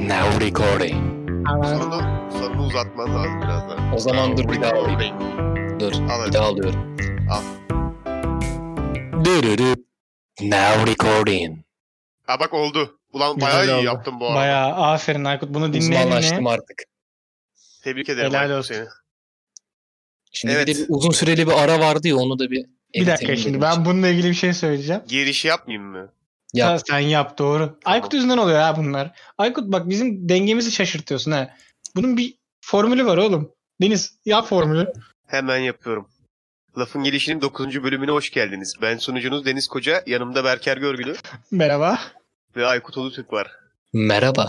Now recording. Sonunu uzatman lazım biraz daha. O zaman dur bir daha alayım. Dur Al bir daha alıyorum. Al. Now recording. Ha bak oldu. Ulan Güzel bayağı iyi oldu. yaptın bu arada. Bayağı aferin Aykut. Bunu Uzmanlaştım dinleyenine artık. Tebrik ederim helal Aykut olsun. seni. Şimdi Evet. bir de bir uzun süreli bir ara vardı ya, onu da bir bir dakika editelim şimdi dedim. ben bununla ilgili bir şey söyleyeceğim. Girişi yapmayayım mı? Yap. Ha, sen yap doğru. Aykut yüzünden oluyor ha bunlar. Aykut bak bizim dengemizi şaşırtıyorsun ha. Bunun bir formülü var oğlum. Deniz yap formülü. Hemen yapıyorum. Lafın Gelişi'nin 9. bölümüne hoş geldiniz. Ben sunucunuz Deniz Koca, yanımda Berker Görgülü Merhaba. ve Aykut Ulutürk var. Merhaba.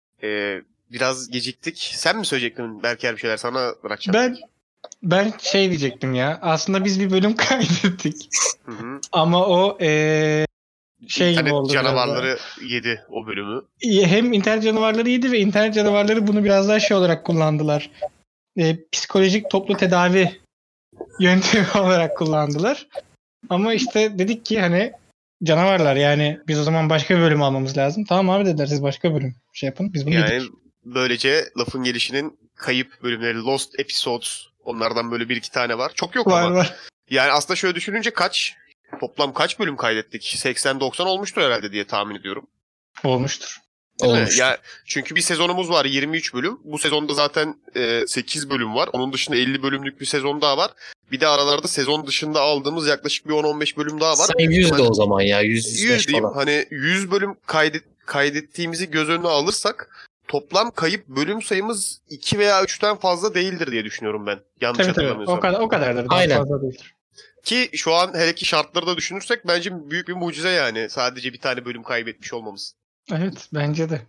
Biraz geciktik. Sen mi söyleyecektin Berker bir şeyler? Sana bırakacağım. Ben şey diyecektim ya. Aslında biz bir bölüm kaydettik. Hı-hı. Ama o şey gibi İnternet oldu. canavarları yedi o bölümü. Hem internet canavarları yedi ve internet canavarları bunu biraz daha şey olarak kullandılar. Psikolojik toplu tedavi yöntemi olarak kullandılar. Ama işte dedik ki hani canavarlar, yani biz o zaman başka bir bölüm almamız lazım. Tamam abi dediler, siz başka bölüm şey yapın. Biz bunu Yani yedik. böylece Lafın Gelişi'nin kayıp bölümleri, Lost Episodes, onlardan böyle bir iki tane var. Çok yok ama. Var. Yani aslında şöyle düşününce toplam kaç bölüm kaydettik? 80-90 olmuştur herhalde diye tahmin ediyorum. Olmuştur. Değil mi? Olmuş. Ya, çünkü bir sezonumuz var 23 bölüm. Bu sezonda zaten 8 bölüm var. Onun dışında 50 bölümlük bir sezon daha var. Bir de aralarda sezon dışında aldığımız yaklaşık bir 10-15 bölüm daha var. Sen 100 de Hani- o zaman ya. 100 105 diyeyim. falan. Hani 100 bölüm kaydettiğimizi göz önüne alırsak toplam kayıp bölüm sayımız 2 veya 3'ten fazla değildir diye düşünüyorum ben. Yanlış Tabii. hatırlamıyorsam. O kadardır. Daha Aynen. fazla değildir. Ki şu an hele ki şartları da düşünürsek bence büyük bir mucize yani. Sadece bir tane bölüm kaybetmiş olmamız. Evet, bence de.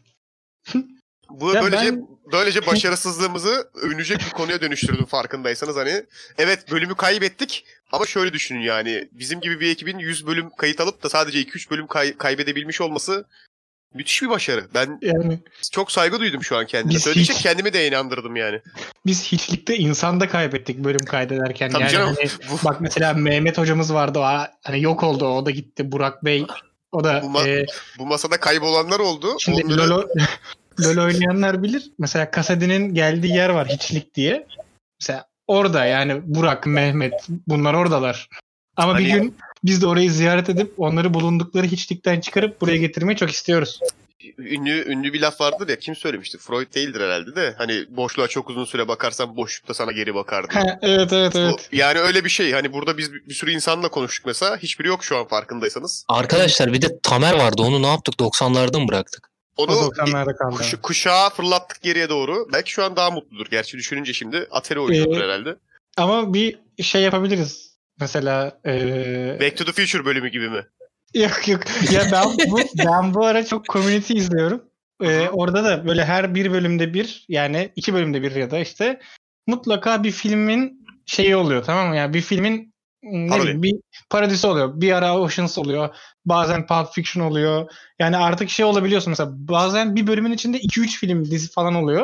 Bu Ya böylece başarısızlığımızı övünecek bir konuya dönüştürdüm farkındaysanız. Hani evet, bölümü kaybettik ama şöyle düşünün yani. Bizim gibi bir ekibin 100 bölüm kayıt alıp da sadece 2-3 bölüm kaybedebilmiş olması müthiş bir başarı. Ben Yani çok saygı duydum şu an kendime. Biz Söyledikçe hiç- kendimi de inandırdım yani. biz hiçlikte insanda kaybettik bölüm kaydederken. Tabii yani canım. hani Bu- bak mesela Mehmet hocamız vardı, o hani yok oldu, o da gitti. Burak Bey, o da Bu masada kaybolanlar oldu. şimdi Onları- LoL oynayanlar bilir. Mesela Kasadi'nin geldiği yer var, hiçlik diye. Mesela orada yani Burak, Mehmet, bunlar oradalar. Ama bir Hani- gün biz de orayı ziyaret edip onları bulundukları hiçlikten çıkarıp buraya getirmeyi çok istiyoruz. Ünlü bir laf vardır ya, kim söylemişti? Freud değildir herhalde de. Hani boşluğa çok uzun süre bakarsan boşluk da sana geri bakar diye. Ha, evet. Yani öyle bir şey. Hani burada biz bir sürü insanla konuştuk mesela. Hiçbiri yok şu an farkındaysanız. Arkadaşlar bir de Tamer vardı. Onu ne yaptık? 90'larda mı bıraktık? O Onu 90'larda kaldı. kuşağa fırlattık geriye doğru. Belki şu an daha mutludur. Gerçi düşününce şimdi Atari oynuyordur herhalde. Ama bir şey yapabiliriz. Mesela Back to the Future bölümü gibi mi? yok. Ya ben bu ara çok Community izliyorum. Orada da böyle her bir bölümde bir, yani 2 bölümde bir ya da işte mutlaka bir filmin şeyi oluyor, tamam mı? Yani bir filmin Parodi. bir parodisi oluyor. Bir ara Oceans oluyor. Bazen Pulp Fiction oluyor. Yani artık şey olabiliyorsun, mesela bazen bir bölümün içinde 2-3 film, dizi falan oluyor.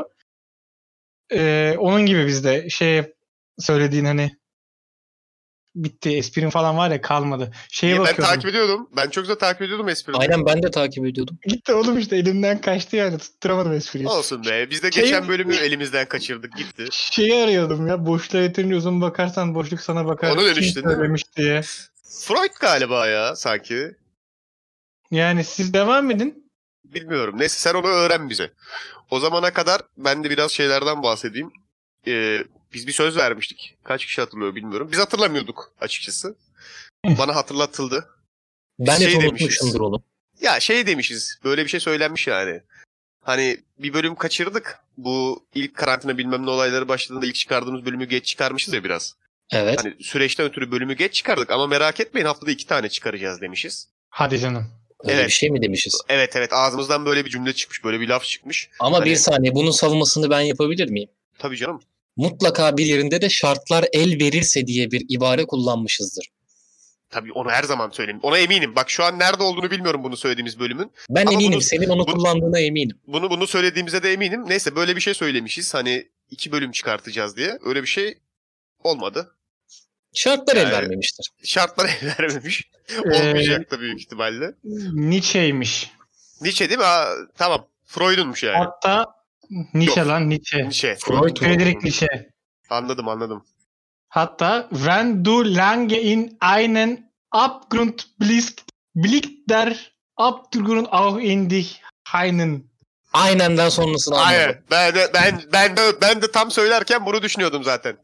Onun gibi bizde şey söylediğin hani bitti, esprin falan var ya, kalmadı. Şeye Ben bakıyorum. takip ediyordum. Ben çok güzel takip ediyordum esprileri. Aynen, ben de takip ediyordum. Gitti oğlum, işte elimden kaçtı yani, tutturamadım espriyi. Olsun be. Biz de Şey- geçen bölümü elimizden kaçırdık, gitti. Şeyi arıyordum ya, boşluğa yeterince uzun bakarsan boşluk sana bakar. Ona dönüştün, Kim değil mi? söylemiş diye. Freud galiba ya sanki. Yani siz devam edin. Bilmiyorum. Neyse, sen onu öğren bize. O zamana kadar ben de biraz şeylerden bahsedeyim. Biz bir söz vermiştik. Kaç kişi hatırlıyor bilmiyorum. Biz hatırlamıyorduk açıkçası. Bana hatırlatıldı. Ben Şey de demişiz. unutmuşumdur onu. Ya şey demişiz. Böyle bir şey söylenmiş yani. Hani bir bölüm kaçırdık. Bu ilk karantina bilmem ne olayları başladığında ilk çıkardığımız bölümü geç çıkarmışız ya biraz. Evet. Hani süreçten ötürü bölümü geç çıkardık ama merak etmeyin, haftada 2 tane çıkaracağız demişiz. Hadi canım. Öyle evet. bir şey mi demişiz? Evet, ağzımızdan böyle bir cümle çıkmış. Böyle bir laf çıkmış. Ama Hani- bir saniye, bunun savunmasını ben yapabilir miyim? Tabii canım. Mutlaka bir yerinde de şartlar el verirse diye bir ibare kullanmışızdır. Tabii onu her zaman söyleyeyim. Ona eminim. Bak şu an nerede olduğunu bilmiyorum bunu söylediğimiz bölümün. Ben Ama eminim, bunu- senin onu kullandığına eminim. Bunu söylediğimize de eminim. Neyse, böyle bir şey söylemişiz. Hani 2 bölüm çıkartacağız diye. Öyle bir şey olmadı. Şartlar el Yani- vermemiştir. Şartlar el vermemiş. Olmayacak da büyük ihtimalle. Nietzsche'ymiş. Nietzsche değil mi? Tamam. Freud'unmuş yani. Hatta Nietzsche Yok. lan Nietzsche. Nietzsche. Freud mu? Friedrich Nietzsche. Anladım. Hatta wenn du lange in einen Abgrund blickst, blickt der Abgrund auch in dich hinein. Aynenden sonrasını anladım. Aynen. Ben de tam söylerken bunu düşünüyordum zaten.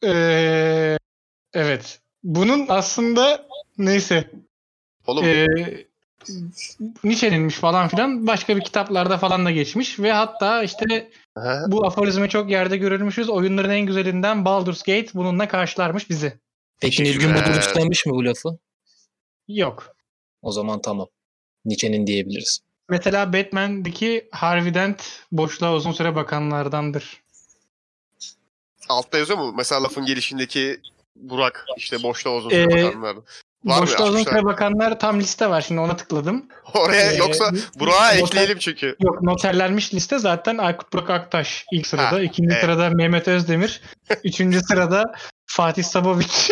Evet. Bunun aslında neyse Oğlum Nietzsche'ninmiş falan filan başka bir kitaplarda falan da geçmiş ve hatta işte aha. bu aforizmi çok yerde görülmüşüz. Oyunların en güzelinden Baldur's Gate bununla karşılarmış bizi. Peki Nilgün Teşekkürler. Budur üstlenmiş mi bu lafı? Yok. O zaman tamam. Nietzsche'nin diyebiliriz. Mesela Batman'deki Harvey Dent boşluğa uzun süre bakanlardandır. Altta yazıyor mu? Mesela lafın gelişindeki Burak işte boşta uzun süre bakanlar. Var mı? Boşluğa uzun Açmışlar. süre bakanlar tam liste var. Şimdi ona tıkladım. Oraya yoksa Burak'a noter- ekleyelim çünkü. Yok, noterlenmiş liste zaten Aykut Burak Aktaş ilk sırada. Ha, İkinci evet. sırada Mehmet Özdemir. Üçüncü sırada Fatih Saboviç.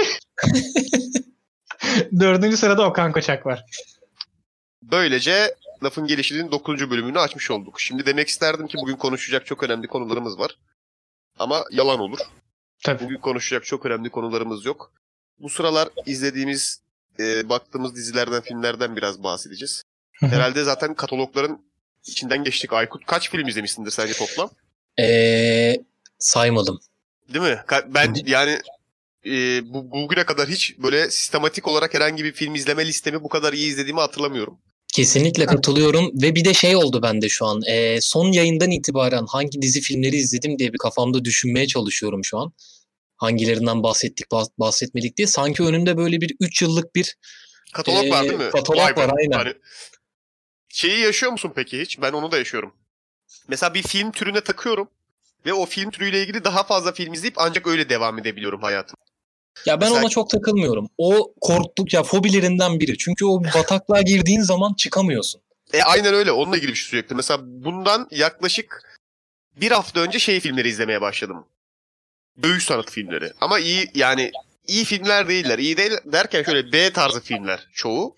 Dördüncü sırada Okan Koçak var. Böylece lafın gelişinin 9. bölümünü açmış olduk. Şimdi demek isterdim ki bugün konuşacak çok önemli konularımız var. Ama yalan olur. Tabii. Bugün konuşacak çok önemli konularımız yok. Bu sıralar izlediğimiz, baktığımız dizilerden, filmlerden biraz bahsedeceğiz. Herhalde zaten katalogların içinden geçtik. Aykut kaç film izlemişsindir sence toplam? Saymadım. Değil mi? Ben yani bugüne kadar hiç böyle sistematik olarak herhangi bir film izleme listemi bu kadar iyi izlediğimi hatırlamıyorum. Kesinlikle katılıyorum ve bir de şey oldu bende şu an. Son yayından itibaren hangi dizi filmleri izledim diye bir kafamda düşünmeye çalışıyorum şu an. Hangilerinden bahsettik, bahsetmedik diye. Sanki önümde böyle bir 3 yıllık bir Katalog var değil mi? katalog Vay be. var, aynen. Hani, şeyi yaşıyor musun peki hiç? Ben onu da yaşıyorum. Mesela bir film türüne takıyorum ve o film türüyle ilgili daha fazla film izleyip ancak öyle devam edebiliyorum hayatım. Ya ben Mesela- ona çok takılmıyorum. O korktuk ya, fobilerinden biri. Çünkü o bataklığa girdiğin zaman çıkamıyorsun. Aynen öyle. Onunla ilgili bir şey sürekli. Mesela bundan yaklaşık bir hafta önce filmleri izlemeye başladım. Dövüş sanatı filmleri. Ama iyi yani iyi filmler değiller. İyi değil derken şöyle B tarzı filmler çoğu.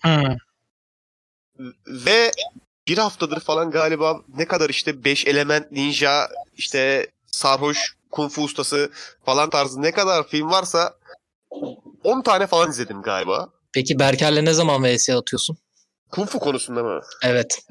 Ve bir haftadır falan galiba ne kadar işte 5 element ninja işte sarhoş kung fu ustası falan tarzı ne kadar film varsa 10 tane falan izledim galiba. Peki Berker'le ne zaman vs atıyorsun? Kung fu konusunda mı? Evet.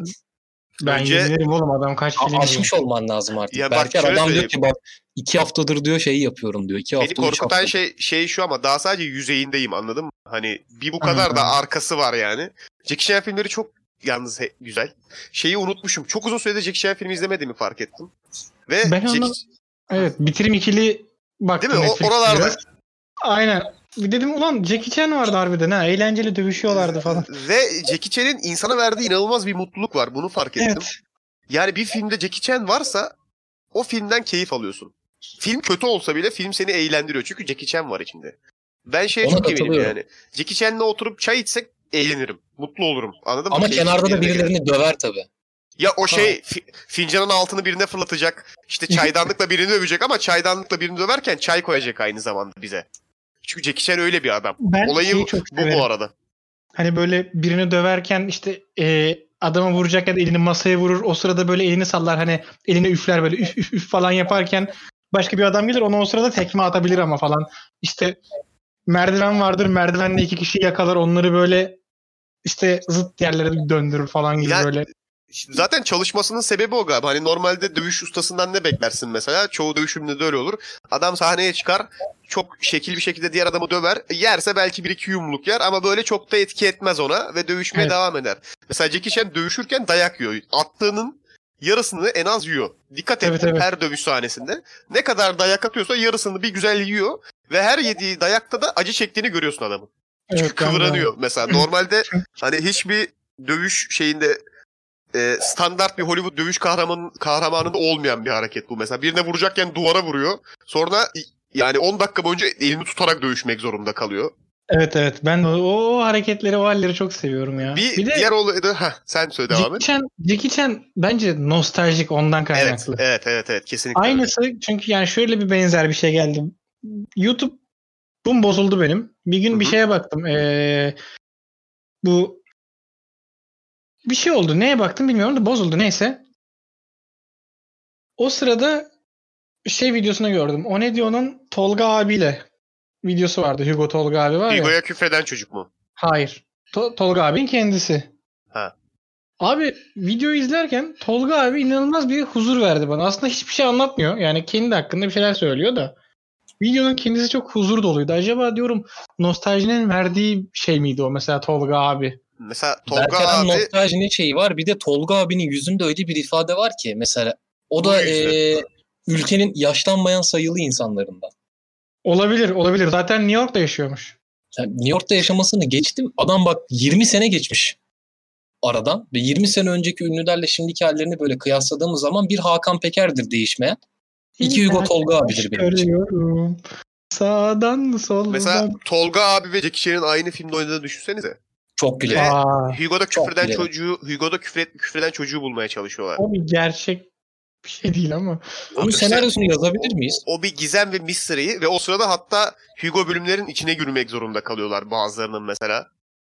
Ben Önce- yenilirim oğlum, adam kaç film Aşmış olman lazım artık. Ya bak Berker şöyle adam diyor söyleyeyim. ki bak 2 haftadır diyor şeyi yapıyorum diyor. 2 Beni hafta 3 korkutan hafta. şey şu ama daha sadece yüzeyindeyim anladın mı? Hani bir bu kadar da Hı. arkası var yani. Jackie Chan filmleri çok yalnız güzel. Şeyi unutmuşum. Çok uzun süredir Jackie Chan filmi izlemediğimi fark ettim. Ve Ben Jackie... onu- Evet, bitirim ikili baktım. Değil mi? Netflix'te Oralarda. biraz. Aynen. Dedim ulan Jackie Chan vardı harbiden ha. Eğlenceli dövüşüyorlardı falan. Ve Jackie Chan'in insana verdiği inanılmaz bir mutluluk var. Bunu fark ettim. Evet. Yani bir filmde Jackie Chan varsa o filmden keyif alıyorsun. Film kötü olsa bile film seni eğlendiriyor. Çünkü Jackie Chan var içinde. Ben şeye Ona çok eminim katılıyorum. yani. Jackie Chan'le oturup çay içsek eğlenirim. Mutlu olurum. Anladın mı? Ama Keyfim kenarda da yerine gelir. birilerini döver tabii. Ya o fincanın altını birine fırlatacak. İşte çaydanlıkla birini dövecek ama çaydanlıkla birini döverken çay koyacak aynı zamanda bize. Çünkü Jackie Chan öyle bir adam. Ben Olayı şeyi çok bu severim. bu arada. Hani böyle birini döverken işte adamı vuracakken elini masaya vurur. O sırada böyle elini sallar. Hani elini üfler böyle üf üf üf falan yaparken başka bir adam gelir. Ona o sırada tekme atabilir ama falan. İşte merdiven vardır. Merdivenle 2 kişi yakalar. Onları böyle işte zıt yerlere döndürür falan gibi Ya- böyle. Zaten çalışmasının sebebi o galiba. Hani normalde dövüş ustasından ne beklersin mesela? Çoğu dövüş filminde de öyle olur. Adam sahneye çıkar. Çok şekil bir şekilde diğer adamı döver. Yerse belki bir iki yumruk yer ama böyle çok da etki etmez ona ve dövüşmeye Evet. devam eder. Mesela Jackie Chan dövüşürken dayak yiyor. Attığının yarısını en az yiyor. Dikkat et Evet. her dövüş sahnesinde. Ne kadar dayak atıyorsa yarısını bir güzel yiyor. Ve her yediği dayakta da acı çektiğini görüyorsun adamın. Çünkü Evet, ben de- kıvranıyor. Mesela normalde hani hiçbir dövüş şeyinde standart bir Hollywood dövüş kahramanında olmayan bir hareket bu. Mesela birine vuracakken duvara vuruyor. Sonra yani 10 dakika boyunca elini tutarak dövüşmek zorunda kalıyor. Evet. Ben o hareketleri, o halleri çok seviyorum ya. Bir de diğer olayı da sen söyle devam et. Jackie Chan bence nostaljik, ondan Evet, kaynaklı. evet kesinlikle. öyle. Aynısı, çünkü yani şöyle bir benzer bir şey geldi. YouTube'um bozuldu benim. Bir gün Hı bir hı. şeye baktım. Bu bir şey oldu. Neye baktım bilmiyorum da bozuldu. Neyse. O sırada videosunu gördüm. O ne diyor'nun Tolga abiyle videosu vardı. Hugo Tolga abi var ya. Hugo'ya küfreden çocuk mu? Hayır. Tolga abinin kendisi. Ha. Abi videoyu izlerken Tolga abi inanılmaz bir huzur verdi bana. Aslında hiçbir şey anlatmıyor. Yani kendi hakkında bir şeyler söylüyor da. Videonun kendisi çok huzur doluydu. Acaba diyorum nostaljinin verdiği şey miydi o mesela Tolga abi? Mesela Tolga Berke'nin abi nostaljinin şeyi var. Bir de Tolga abinin yüzünde öyle bir ifade var ki mesela o Bu da yüzden. ülkenin yaşlanmayan sayılı insanlarından. Olabilir. Zaten New York'ta yaşıyormuş. Yani New York'ta yaşamasını geçtim. Adam bak 20 sene geçmiş aradan ve 20 sene önceki ünlülerle şimdiki hallerini böyle kıyasladığımız zaman bir Hakan Peker'dir değişmeyen. İki Hugo Tolga abidir benim için. Görüyorum. Sağdan soldan. Mesela Tolga abi ve Jackie Chan'ın aynı filmde oynadığını düşünsenize. Çok güzel. Ve Aa, Hugo'da çok küfreden gülerim. Hugo'da küfreden çocuğu bulmaya çalışıyorlar. o bir gerçek bir şey değil ama. Bunun Abi senaryosunu yazabilir miyiz? O bir gizem ve mystery ve o sırada hatta Hugo bölümlerin içine girmek zorunda kalıyorlar bazılarının mesela.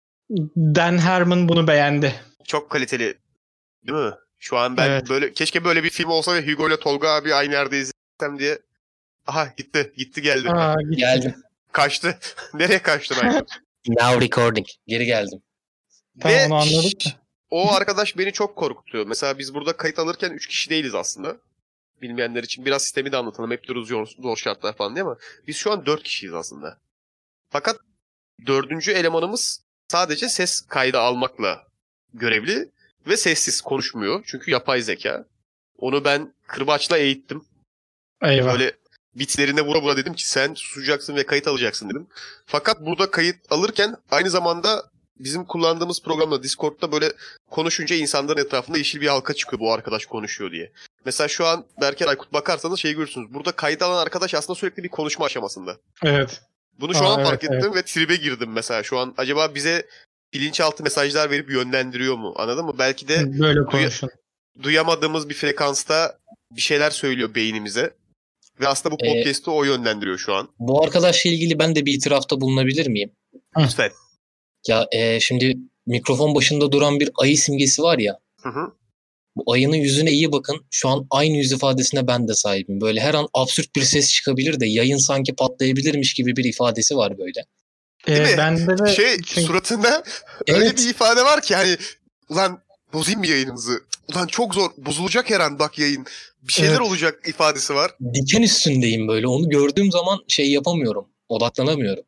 Dan Harmon bunu beğendi. Çok kaliteli. Değil mi? Şu an ben Evet. böyle keşke böyle bir film olsa ve Hugo ile Tolga abi aynı yerde izlesem diye. Aha gitti geldi. Gitti. Geldim. Kaçtı. Nereye kaçtın Aykut? Now recording. Geri geldim. Tamam, Ve onu anladık da. o arkadaş beni çok korkutuyor. Mesela biz burada kayıt alırken 3 kişi değiliz aslında. Bilmeyenler için biraz sistemi de anlatalım. Hep diyoruz zor şartlar falan diye ama biz şu an 4 kişiyiz aslında. Fakat 4. elemanımız sadece ses kaydı almakla görevli ve sessiz konuşmuyor. Çünkü yapay zeka. Onu ben kırbaçla eğittim. Eyvah. Böyle bitlerine vura dedim ki sen susacaksın ve kayıt alacaksın dedim. Fakat burada kayıt alırken aynı zamanda bizim kullandığımız programda Discord'da böyle konuşunca insanların etrafında yeşil bir halka çıkıyor bu arkadaş konuşuyor diye. Mesela şu an Berker Aykut bakarsanız görürsünüz. Burada kayıt alan arkadaş aslında sürekli bir konuşma aşamasında. Evet. Bunu şu an evet, fark ettim ve tribe girdim mesela. Şu an acaba bize bilinçaltı mesajlar verip yönlendiriyor mu? Anladın mı? Belki de Böyle konuşun. duyamadığımız bir frekansta bir şeyler söylüyor beynimize. Ve aslında bu podcast'ı o yönlendiriyor şu an. Bu arkadaşla ilgili ben de bir itirafta bulunabilir miyim? Lütfen. Ya şimdi mikrofon başında duran bir ayı simgesi var ya. Hı hı. Bu ayının yüzüne iyi bakın. Şu an aynı yüz ifadesine ben de sahibim. Böyle her an absürt bir ses çıkabilir de yayın sanki patlayabilirmiş gibi bir ifadesi var böyle. Değil mi? Bende de Suratında öyle Evet. bir ifade var ki hani ulan bozayım mı yayınımızı? Ulan çok zor. Bozulacak her an bak yayın. Bir şeyler olacak ifadesi var. Diken üstündeyim böyle. Onu gördüğüm zaman yapamıyorum. Odaklanamıyorum.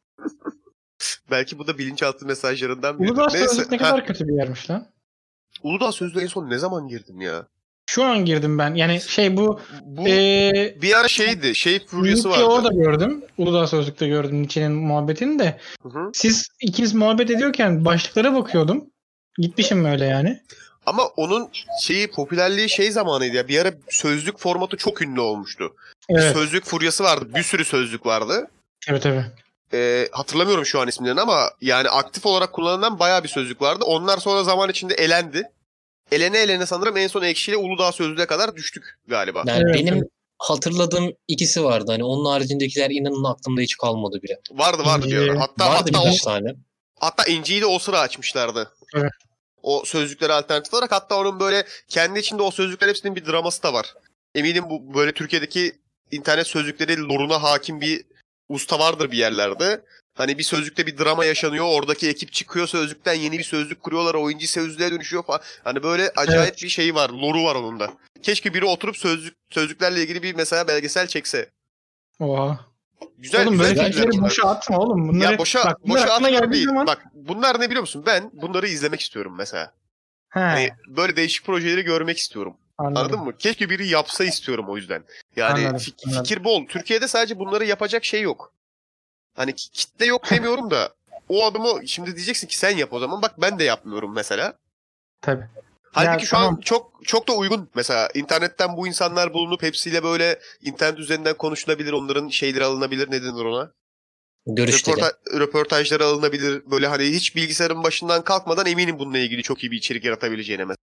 Belki bu da bilinçaltı mesajlarından biri. Uludağ Sözlük ne kadar kötü bir yermiş lan. Uludağ Sözlüğü en son ne zaman girdim ya? Şu an girdim ben. Yani bu bir ara şeydi. Furyası vardı. orada gördüm. Uludağ Sözlük'te gördüm Nietzsche'nin muhabbetini de. Hı. Siz ikiniz muhabbet ediyorken başlıklara bakıyordum. Gitmişim öyle yani. Ama onun popülerliği zamanıydı ya. Bir ara sözlük formatı çok ünlü olmuştu. Evet. Sözlük furyası vardı. Bir sürü sözlük vardı. Evet. Hatırlamıyorum şu an isimlerini ama yani aktif olarak kullanılan bayağı bir sözlük vardı. Onlar sonra zaman içinde elendi. Elene sanırım en son Ekşi ile Uludağ Sözlüğü'ne kadar düştük galiba. Yani Evet, benim evet. hatırladığım ikisi vardı. Hani onun haricindekiler inanın aklımda hiç kalmadı bile. Vardı bir ara. Vardı birkaç tane. Hatta İnci'yi de o sıra açmışlardı. Evet. O sözlüklere alternatif olarak hatta onun böyle kendi içinde o sözlükler hepsinin bir draması da var. Eminim bu böyle Türkiye'deki internet sözlükleri lore'una hakim bir usta vardır bir yerlerde. Hani bir sözlükte bir drama yaşanıyor. Oradaki ekip çıkıyor sözlükten yeni bir sözlük kuruyorlar. O İnci sözlüğe dönüşüyor falan. Hani böyle acayip bir şey var. Lore'u var onun da. Keşke biri oturup sözlüklerle ilgili bir mesela belgesel çekse. Oha. Güzel, oğlum güzel böyle filmler fikirleri bunlar. boşa atma oğlum. Bunları, Ya boşa atmıyorum değil. Bak bunlar ne biliyor musun? Ben bunları izlemek istiyorum mesela. Hani böyle değişik projeleri görmek istiyorum. Anladın mı? Keşke biri yapsa istiyorum o yüzden. Yani fikir bol. Türkiye'de sadece bunları yapacak şey yok. Hani kitle yok demiyorum da o adımı şimdi diyeceksin ki sen yap o zaman. Bak ben de yapmıyorum mesela. Tabii. Halbuki şu an çok da uygun. Mesela internetten bu insanlar bulunup hepsiyle böyle internet üzerinden konuşulabilir. Onların şeyleri alınabilir. Ne denir ona? Görüşleri. Röportajları alınabilir. Böyle hani hiç bilgisayarın başından kalkmadan eminim bununla ilgili çok iyi bir içerik yaratabileceğine mesela.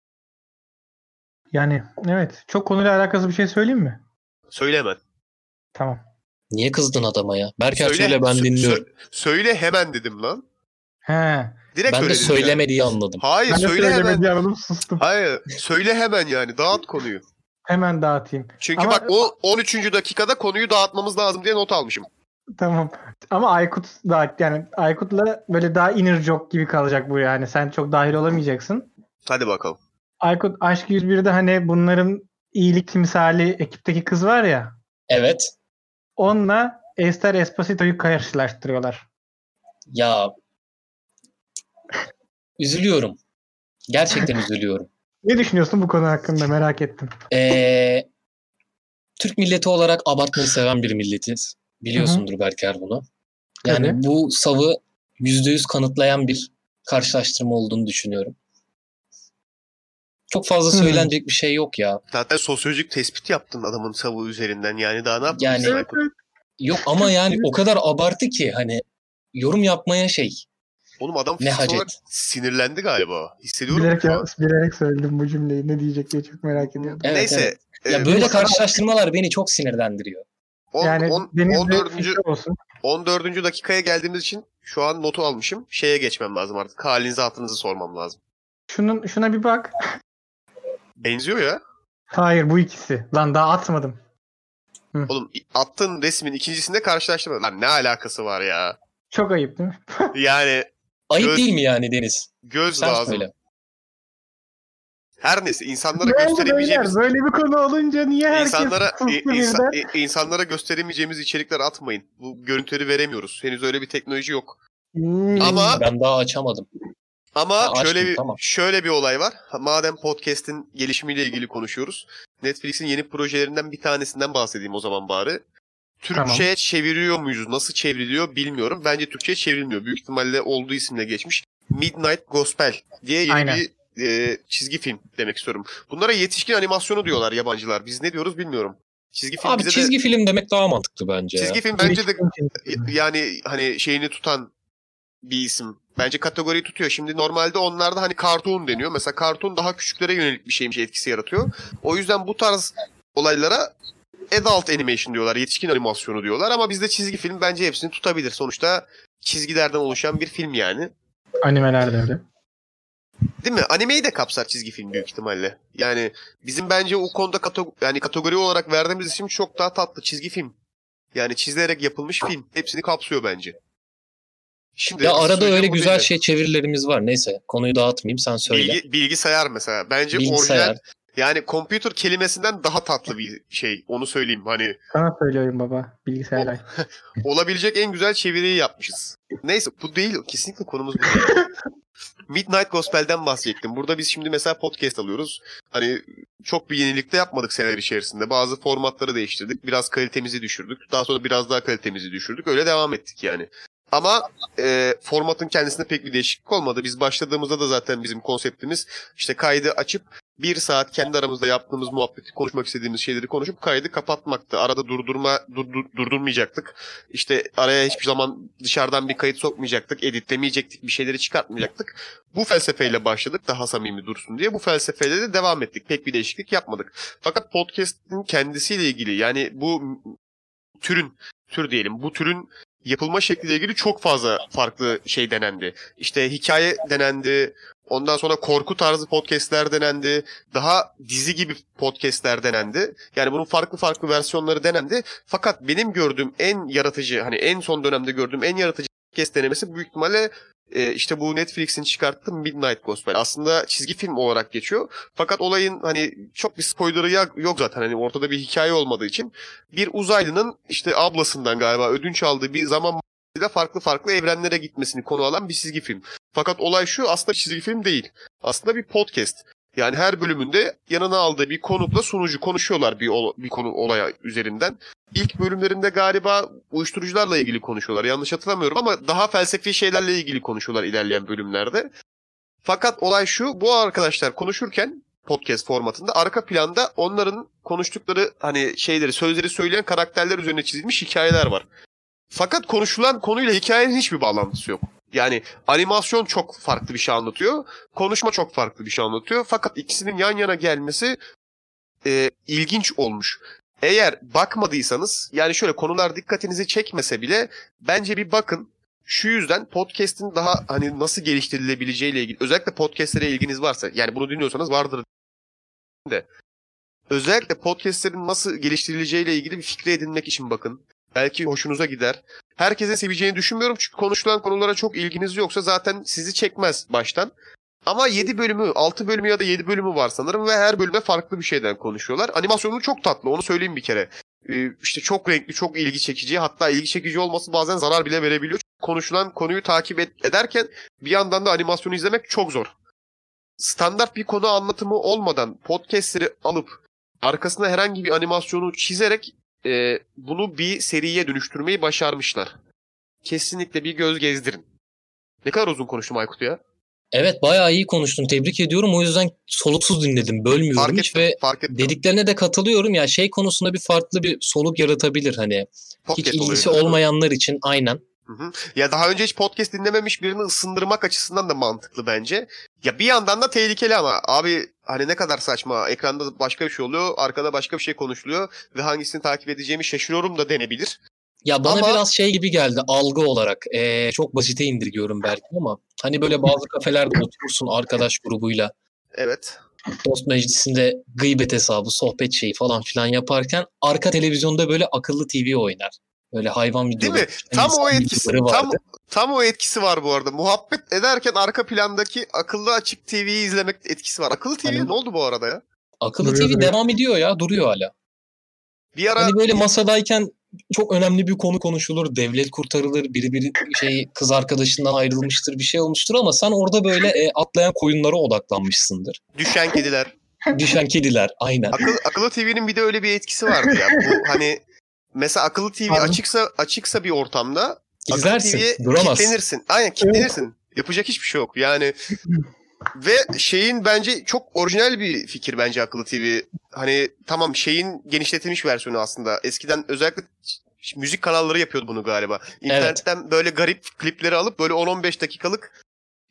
Yani evet. Çok konuyla alakası bir şey söyleyeyim mi? Söyle hemen. Tamam. Niye kızdın adama ya? Berker söyle ben dinliyorum. Söyle hemen dedim lan. Direkt ben de söyleme diye anladım. Hayır söyle hemen. Anladım, sustum. Hayır söyle hemen yani dağıt konuyu. Hemen dahatayım. Çünkü Ama- bak o 13. dakikada konuyu dağıtmamız lazım diye not almışım. Tamam. Ama Aykut da yani Aykut'la böyle daha inner joke gibi kalacak bu yani. Sen çok dahil olamayacaksın. Hadi bakalım. Aykut Aşk 101'de hani bunların iyilik timsali ekipteki kız var ya. Evet. Onunla Esther Esposito'yu karşılaştırıyorlar. Ya üzülüyorum. Gerçekten üzülüyorum. Ne düşünüyorsun bu konu hakkında, merak ettim. Türk milleti olarak abartmayı seven bir milletiz. Biliyorsundur Berker bunu. Yani Tabii. bu savı %100 kanıtlayan bir karşılaştırma olduğunu düşünüyorum. Çok fazla söylenecek bir şey yok ya. Zaten sosyolojik tespit yaptın adamın savu üzerinden. Yani daha ne yaptın? Yani- Evet, evet. Yok ama yani o kadar abartı ki hani yorum yapmaya Oğlum adam ne fiziksel olarak hacet. sinirlendi galiba. Hissediyorum Bilerek, şu an. bilerek söyledim bu cümleyi. Ne diyecek diye çok merak ediyordum. Evet, Neyse. evet. Ya böyle karşılaştırmalar beni çok sinirlendiriyor. Yani denizde 14. fikri olsun. 14. dakikaya geldiğimiz için şu an notu almışım. Şeye geçmem lazım artık. Halinizi hatırınızı sormam lazım. Şuna bir bak. Benziyor ya. Hayır, bu ikisi. Lan daha atmadım. Oğlum attığın resmin ikincisinde karşılaştırma. Lan ne alakası var ya? Çok ayıp değil mi? Yani Ayıp Göz- değil mi yani Deniz? göz Sen lazım. söyle. Her neyse insanlara Böyle gösteremeyeceğimiz böyle bir konu olunca niye herkes sustu birden? insanlara gösteremeyeceğimiz içerikler atmayın. Bu görüntüleri veremiyoruz. Henüz öyle bir teknoloji yok. Hmm. Ama Ben daha açamadım. Ama Ha, açtım, şöyle bir tamam. şöyle bir olay var. Madem podcast'in gelişimiyle ilgili konuşuyoruz. Netflix'in yeni projelerinden bir tanesinden bahsedeyim o zaman bari. Türkçe'ye çeviriyor muyuz? Nasıl çevriliyor bilmiyorum. Bence Türkçe'ye çevrilmiyor. Büyük ihtimalle olduğu isimle geçmiş. Midnight Gospel diye yeni Aynen. bir çizgi film demek istiyorum. Bunlara yetişkin animasyonu diyorlar yabancılar. Biz ne diyoruz bilmiyorum. Çizgi film Abi bize çizgi film demek daha mantıklı bence çizgi ya. film bence de yani hani şeyini tutan bir isim. Bence kategoriyi tutuyor. Şimdi normalde onlarda hani cartoon deniyor. Mesela cartoon daha küçüklere yönelik bir şeymiş, etkisi yaratıyor. O yüzden bu tarz olaylara adult animation diyorlar. Yetişkin animasyonu diyorlar. Ama bizde çizgi film bence hepsini tutabilir. Sonuçta çizgilerden oluşan bir film yani. Animeler de öyle. Değil mi? Animeyi de kapsar çizgi film büyük ihtimalle. Yani bizim bence o konuda yani kategori olarak verdiğimiz isim çok daha tatlı. Çizgi film. Yani çizilerek yapılmış film. Hepsini kapsıyor bence. Şimdi Ya arada söyleyeceğim öyle o güzel değil de. çevirilerimiz var. Neyse konuyu dağıtmayayım, sen söyle. Bilgisayar mesela. Bence Bilgisayar. orijinal. Yani computer kelimesinden daha tatlı bir şey. Onu söyleyeyim. Hani Sana söylüyorum baba. Bilgisayarlar. olabilecek en güzel çeviriyi yapmışız. Neyse bu değil. Kesinlikle konumuz bu değil. Midnight Gospel'den bahsettim. Burada biz şimdi mesela podcast alıyoruz. Hani çok bir yenilik de yapmadık seneler içerisinde. Bazı formatları değiştirdik. Biraz kalitemizi düşürdük. Daha sonra biraz daha kalitemizi düşürdük. Öyle devam ettik yani. Ama formatın kendisinde pek bir değişiklik olmadı. Biz başladığımızda da zaten bizim konseptimiz işte kaydı açıp 1 saat kendi aramızda yaptığımız muhabbeti, konuşmak istediğimiz şeyleri konuşup kaydı kapatmaktı. Arada durdurmayacaktık. İşte araya hiçbir zaman dışarıdan bir kayıt sokmayacaktık, editlemeyecektik, bir şeyleri çıkartmayacaktık. Bu felsefeyle başladık daha samimi dursun diye. Bu felsefeyle de devam ettik. Pek bir değişiklik yapmadık. Fakat podcast'in kendisiyle ilgili yani bu bu türün yapılma şekliyle ilgili çok fazla farklı şey denendi. İşte hikaye denendi. Ondan sonra korku tarzı podcastler denendi. Daha dizi gibi podcastler denendi. Yani bunun farklı farklı versiyonları denendi. Fakat benim gördüğüm en yaratıcı, hani en son dönemde gördüğüm en yaratıcı podcast denemesi büyük ihtimalle işte bu Netflix'in çıkarttığı Midnight Gospel. Aslında çizgi film olarak geçiyor. Fakat olayın hani çok bir spoiler'ı yok zaten. Hani ortada bir hikaye olmadığı için bir uzaylının işte ablasından galiba ödünç aldığı bir zaman ile farklı farklı evrenlere gitmesini konu alan bir çizgi film. Fakat olay şu, aslında çizgi film değil. Aslında bir podcast. Yani her bölümünde yanına aldığı bir konukla sunucu konuşuyorlar bir konu olaya üzerinden. İlk bölümlerinde galiba uyuşturucularla ilgili konuşuyorlar. Yanlış hatırlamıyorum ama daha felsefi şeylerle ilgili konuşuyorlar ilerleyen bölümlerde. Fakat olay şu, bu arkadaşlar konuşurken podcast formatında arka planda onların konuştukları hani sözleri söyleyen karakterler üzerine çizilmiş hikayeler var. Fakat konuşulan konuyla hikayenin hiçbir bağlantısı yok. Yani animasyon çok farklı bir şey anlatıyor. Konuşma çok farklı bir şey anlatıyor. Fakat ikisinin yan yana gelmesi ilginç olmuş. Eğer bakmadıysanız yani şöyle konular dikkatinizi çekmese bile bence bir bakın. Şu yüzden podcast'in daha hani nasıl geliştirilebileceğiyle ilgili özellikle podcast'lere ilginiz varsa yani bunu dinliyorsanız vardır de Özellikle podcastlerin nasıl geliştirileceğiyle ilgili bir fikri edinmek için bakın. Belki hoşunuza gider. Herkesin seveceğini düşünmüyorum çünkü konuşulan konulara çok ilginiz yoksa zaten sizi çekmez baştan. Ama 7 bölümü, 6 bölümü ya da 7 bölümü var sanırım ve her bölüme farklı bir şeyden konuşuyorlar. Animasyonu çok tatlı, onu söyleyeyim bir kere. İşte çok renkli, çok ilgi çekici. Hatta ilgi çekici olması bazen zarar bile verebiliyor. Çünkü konuşulan konuyu takip ederken bir yandan da animasyonu izlemek çok zor. Standart bir konu anlatımı olmadan podcastleri alıp arkasına herhangi bir animasyonu çizerek bunu bir seriye dönüştürmeyi başarmışlar. Kesinlikle bir göz gezdirin. Ne kadar uzun konuştum Aykut ya. Evet, bayağı iyi konuştun. Tebrik ediyorum. O yüzden soluksuz dinledim. Bölmüyorum hiç ve dediklerine de katılıyorum. Ya şey konusunda bir farklı bir soluk yaratabilir hani. Podcast hiç ilgisi oluyor. olmayanlar için aynen. Hı. Ya daha önce hiç podcast dinlememiş birini ısındırmak açısından da mantıklı bence. Ya bir yandan da tehlikeli ama abi hani ne kadar saçma. Ekranda başka bir şey oluyor, arkada başka bir şey konuşuluyor ve hangisini takip edeceğimi şaşırıyorum da denebilir. Ya bana ama biraz şey gibi geldi algı olarak. Çok basite indirgiyorum belki ama hani böyle bazı kafelerde oturursun arkadaş grubuyla. Evet. Dost meclisinde gıybet hesabı, sohbet şeyi falan filan yaparken arka televizyonda böyle akıllı TV oynar. Böyle hayvan videoları. Değil mi? Tam o etkisi var bu arada. Muhabbet ederken arka plandaki akıllı açık TV'yi izlemek etkisi var. Akıllı TV Hani, ne oldu bu arada ya? Akıllı TV devam ediyor ya, duruyor hala. Bir ara hani böyle masadayken çok önemli bir konu konuşulur, devlet kurtarılır, biri kız arkadaşından ayrılmıştır, bir şey olmuştur ama sen orada böyle atlayan koyunlara odaklanmışsındır. Düşen kediler. Düşen kediler, aynen. Akıllı TV'nin bir de öyle bir etkisi vardı ya. Bu hani mesela akıllı TV açıksa bir ortamda İzlersin, akıllı TV'ye duramazsın. kilitlenirsin. Aynen kilitlenirsin. Yapacak hiçbir şey yok. Yani ve şeyin bence çok orijinal bir fikir bence akıllı TV. Hani tamam şeyin genişletilmiş versiyonu aslında. Eskiden özellikle müzik kanalları yapıyordu bunu galiba. İnternetten böyle garip klipleri alıp böyle 10-15 dakikalık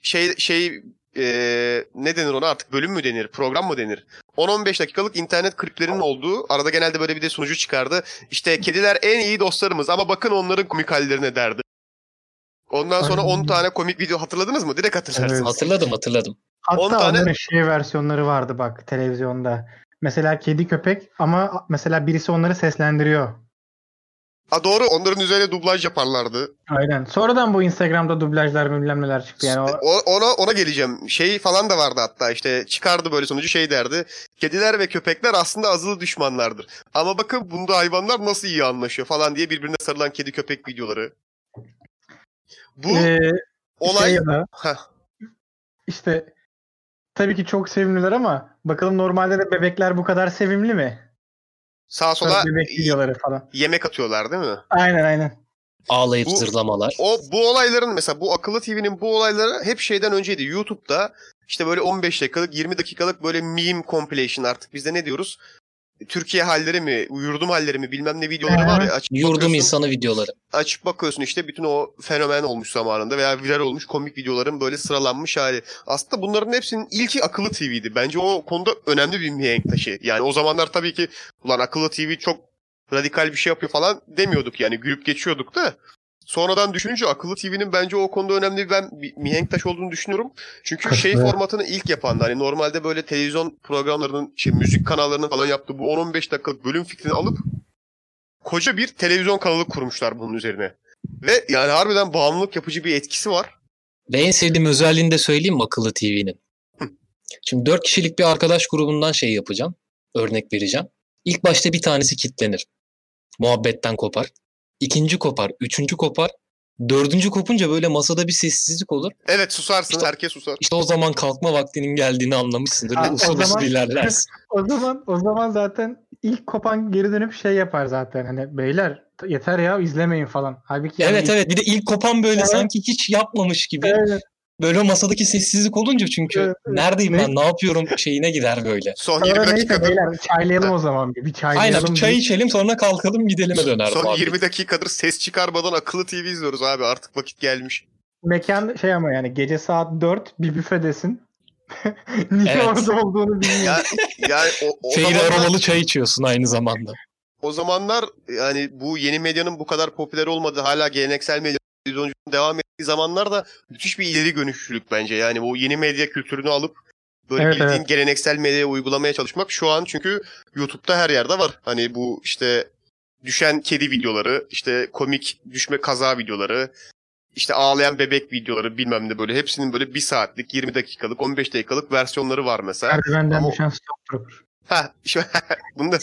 ne denir ona artık bölüm mü denir, program mı denir? 10-15 dakikalık internet kliplerinin olduğu, arada genelde böyle bir de sunucu çıkardı. İşte kediler en iyi dostlarımız ama bakın onların komik hallerine derdi. Ondan sonra 10 tane komik video hatırladınız mı? Direkt hatırlarsınız. Evet. Hatırladım. Hatta 10 tane... onların versiyonları vardı bak televizyonda. Mesela kedi köpek ama mesela birisi onları seslendiriyor. Doğru, onların üzerine dublaj yaparlardı. Aynen. Sonradan bu Instagram'da dublajlar bilmem neler çıktı yani. Ona geleceğim. Şey falan da vardı hatta işte çıkardı böyle sonucu şey derdi. Kediler ve köpekler aslında azılı düşmanlardır. Ama bakın bunda hayvanlar nasıl iyi anlaşıyor falan diye birbirine sarılan kedi köpek videoları. Bu olay... İşte tabii ki çok sevimliler ama bakalım normalde de bebekler bu kadar sevimli mi? Sağa sola bebek videoları falan. Yemek atıyorlar değil mi? Aynen. Ağlayıp zırlamalar. Bu olayların mesela bu akıllı TV'nin bu olayları hep şeyden önceydi. YouTube'da işte böyle 15 dakikalık 20 dakikalık böyle meme compilation artık bizde ne diyoruz? Türkiye halleri mi, yurdum halleri mi bilmem ne videoları var ya. Yurdum insanı videoları. Açıp bakıyorsun işte bütün o fenomen olmuş zamanında veya viral olmuş komik videoların böyle sıralanmış hali. Aslında bunların hepsinin ilki akıllı TV'ydi. Bence o konuda önemli bir mihenk taşı. Yani o zamanlar tabii ki ulan akıllı TV çok radikal bir şey yapıyor falan demiyorduk yani gülüp geçiyorduk da. Sonradan düşününce akıllı TV'nin bence o konuda önemli bir mihenk taşı olduğunu düşünüyorum. Çünkü formatını ilk yapan hani normalde böyle televizyon programlarının müzik kanallarının falan yaptığı bu 10-15 dakikalık bölüm fikrini alıp koca bir televizyon kanalı kurmuşlar bunun üzerine. Ve yani harbiden bağımlılık yapıcı bir etkisi var. Ve en sevdiğim özelliğini de söyleyeyim mi akıllı TV'nin? Şimdi 4 kişilik bir arkadaş grubundan şey yapacağım. Örnek vereceğim. İlk başta bir tanesi kitlenir. Muhabbetten kopar. İkinci kopar. Üçüncü kopar. Dördüncü kopunca böyle masada bir sessizlik olur. Evet susarsın. Herkes susar. İşte o zaman kalkma vaktinin geldiğini anlamışsındır. Ve usul ilerlersin. O zaman zaten ilk kopan geri dönüp şey yapar zaten. Hani beyler yeter ya izlemeyin falan. Halbuki evet. Bir de ilk kopan böyle sanki hiç yapmamış gibi. Evet. Böyle masadaki sessizlik olunca çünkü neredeyim ben ne yapıyorum şeyine gider böyle. Son 20 dakikadır. Beyler çaylayalım o zaman bir çaylayalım. Aynen bir çay içelim sonra kalkalım gidelime döner. Son 20 dakikadır ses çıkarmadan akıllı TV izliyoruz abi artık vakit gelmiş. Mekan şey ama yani gece saat 4 bir büfedesin. Niye orada olduğunu bilmiyorum. Yani Feyri aromalı çay içiyorsun aynı zamanda. O zamanlar yani bu yeni medyanın bu kadar popüler olmadığı hala geleneksel medya televizyonculukun devam ettiği zamanlarda müthiş bir ileri dönüşlülük bence. Yani bu yeni medya kültürünü alıp Böyle Evet, bildiğin evet. geleneksel medyayı uygulamaya çalışmak şu an çünkü YouTube'da her yerde var. Hani bu işte düşen kedi videoları, işte komik düşme kaza videoları, işte ağlayan bebek videoları bilmem ne böyle. Hepsinin böyle 1 saatlik, 20 dakikalık, 15 dakikalık versiyonları var mesela. Merdivenden Ama düşen Stormtrooper. bunda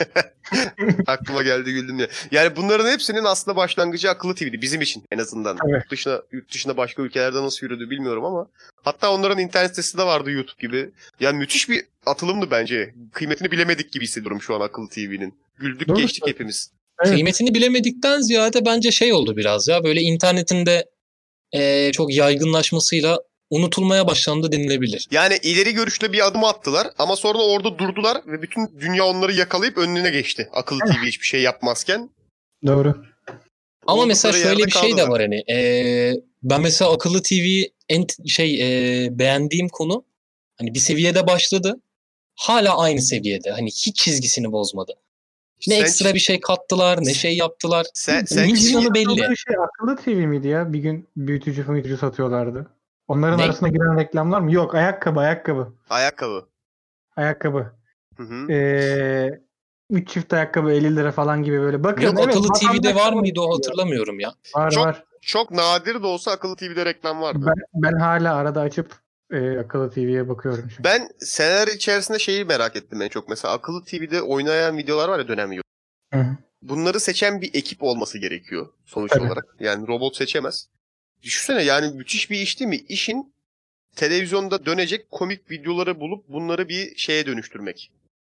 aklıma geldi güldüm ya. Yani bunların hepsinin aslında başlangıcı akıllı TV'di bizim için en azından. Evet. Yurt dışında başka ülkelerde nasıl yürüdü bilmiyorum ama hatta onların internet sitesi de vardı YouTube gibi. Yani müthiş bir atılımdı bence. Kıymetini bilemedik gibi hissediyorum şu an akıllı TV'nin. Güldük Doğru geçtik söylüyorsun. hepimiz. Evet. Kıymetini bilemedikten ziyade bence şey oldu biraz ya. Böyle internetin de çok yaygınlaşmasıyla unutulmaya başlandı denilebilir. Yani ileri görüşle bir adım attılar ama sonra orada durdular ve bütün dünya onları yakalayıp önüne geçti. Akıllı TV hiçbir şey yapmazken. Doğru. Ama mesela Oldukları şöyle yerde bir şey de kaldılar. var hani. Ben mesela akıllı TV beğendiğim konu hani bir seviyede başladı. Hala aynı seviyede. Hani hiç çizgisini bozmadı. Ne Sen- ekstra bir şey kattılar, ne şey yaptılar. Sen Misyonu belli. Satıldığı şey akıllı TV miydi ya? Bir gün büyütücü satıyorlardı. Onların Ne? arasına giren reklamlar mı? Yok, ayakkabı. ayakkabı. Ayakkabı. Hı hı. 3 çift ayakkabı 50 lira falan gibi böyle. Bakın, Yok, evet, akıllı TV'de vatandaş var tamam mıydı o diyor. hatırlamıyorum ya. Var Çok- var. Çok nadir de olsa akıllı TV'de reklam vardı. Ben hala arada açıp akıllı TV'ye bakıyorum. Çünkü. Ben seneler içerisinde şeyi merak ettim en çok. Mesela akıllı TV'de oynayan videolar var ya dönem videoları. Hı hı. Bunları seçen bir ekip olması gerekiyor sonuç Tabii. olarak. Yani robot seçemez. Düşünsene yani müthiş bir iş değil mi? İşin televizyonda dönecek komik videoları bulup bunları bir şeye dönüştürmek.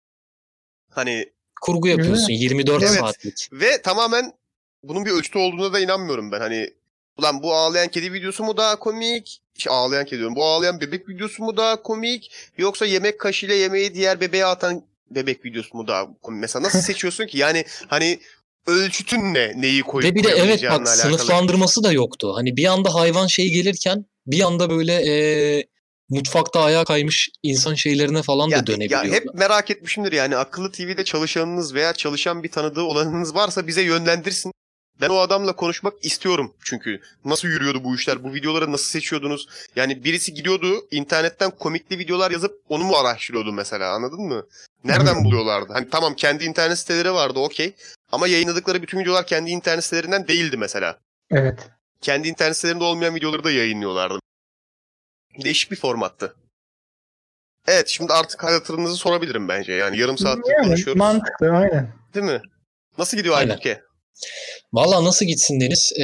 Hani Kurgu yapıyorsun 24 Evet. saatlik. ve tamamen bunun bir ölçütü olduğuna da inanmıyorum ben. Hani ulan bu ağlayan kedi videosu mu daha komik? Ağlayan kedi diyorum. Bu ağlayan bebek videosu mu daha komik? Yoksa yemek kaşığıyla yemeği diğer bebeğe atan bebek videosu mu daha komik? Mesela nasıl seçiyorsun ki? Yani hani ölçütün ne? Neyi koyup Ve bir de evet koyamayacağınla bak alakalı. sınıflandırması da yoktu. Hani bir anda hayvan şey gelirken bir anda böyle mutfakta ayağa kaymış insan şeylerine falan da Ya dönebiliyordu. hep merak etmişimdir yani akıllı TV'de çalışanınız veya çalışan bir tanıdığı olanınız varsa bize yönlendirsin. Ben o adamla konuşmak istiyorum çünkü. Nasıl yürüyordu bu işler? Bu videoları nasıl seçiyordunuz? Yani birisi gidiyordu internetten komikli videolar yazıp onu mu araştırıyordu mesela, anladın mı? Nereden buluyorlardı? Hani tamam kendi internet siteleri vardı okey. Ama yayınladıkları bütün videolar kendi internet sitelerinden değildi mesela. Evet. Kendi internet sitelerinde olmayan videoları da yayınlıyorlardı. Değişik bir formattı. Evet şimdi artık hatırınızı sorabilirim bence. Yani yarım saattir Yani konuşuyoruz. mantıklı, aynen. Değil mi? Nasıl gidiyor Aynen. Aybüke? Valla nasıl gitsin Deniz?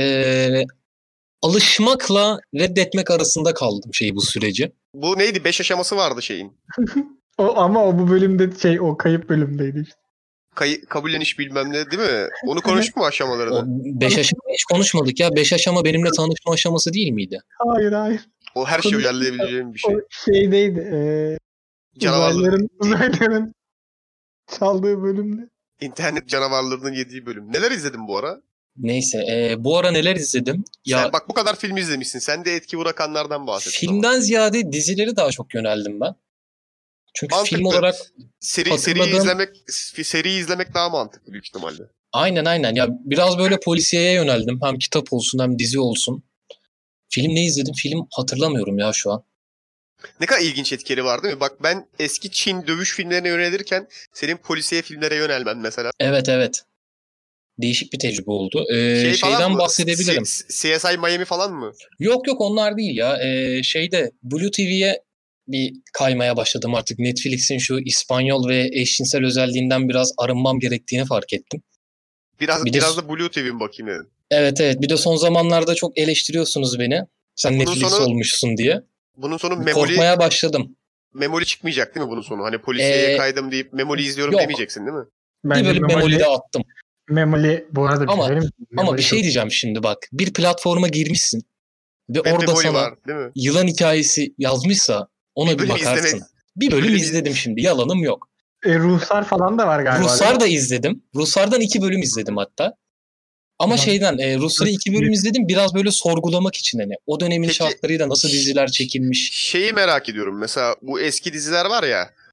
Alışmakla reddetmek arasında kaldım bu süreci. Bu neydi? 5 aşaması vardı şeyin. Ama bu bölümde o kayıp bölümdeydi işte. Kabulleniş bilmem ne değil mi? Onu konuştuk mu O aşamalarını? 5 aşama hiç konuşmadık ya. 5 aşama benimle tanışma aşaması değil miydi? Hayır. O her şeyi uyarlayabileceğim bir şey. O şeydeydi. Canavarların, Uzaylıların çaldığı bölümde. internet canavarlarının yediği bölüm. Neler izledin bu ara? Neyse bu ara neler izledim? Ya Sen bak bu kadar film izlemişsin. Sen de etki bırakanlardan bahset. filmden ziyade dizileri daha çok yöneldim ben. Çünkü Mantıklı. film olarak Seri hatırladığım- izlemek daha mantıklı büyük ihtimalle. aynen ya biraz böyle polisiyeye yöneldim. Hem kitap olsun hem dizi olsun. Film ne izledim? Film hatırlamıyorum ya şu an. Ne kadar ilginç etkileri var değil mi? Bak ben eski Çin dövüş filmlerine yönelirken senin polisiye filmlere yönelmen mesela. Evet. Değişik bir tecrübe oldu. Falan Şeyden mı? bahsedebilirim. CSI Miami falan mı? Yok onlar değil ya. Blue TV'ye bir kaymaya başladım artık. Netflix'in şu İspanyol ve eşcinsel özelliğinden biraz arınmam gerektiğini fark ettim. Biraz Bir de- da Blue TV'm bakayım dedim. Evet. Bir de son zamanlarda çok eleştiriyorsunuz beni. Sen Bunun Netflix sonu- olmuşsun diye. Bunun sonu Korkmaya başladım. Memoli çıkmayacak değil mi bunun sonu? Hani polisiyeye kaydım deyip Memoli izliyorum yok. demeyeceksin değil mi? Bir bölüm Memoli'de attım. Memoli bu arada Ama- söyleyeyim mi? Ama Memoli bir şey diyeceğim şimdi bak. Bir platforma girmişsin. Ve Ve orada Memoli sana var değil mi? yılan hikayesi yazmışsa ona bir bölüm bakarsın. izlemek- Bir bölüm bölüm izledim şimdi. Yalanım yok. Ruhsar falan da var galiba. Ruslar da izledim. Ruslardan 2 bölüm izledim hatta. Ama Ulan- Rusları 2 bölüm izledim biraz böyle sorgulamak için hani. O dönemin Peki- şartlarıyla nasıl diziler çekilmiş. Şeyi merak ediyorum. Mesela bu eski diziler var ya.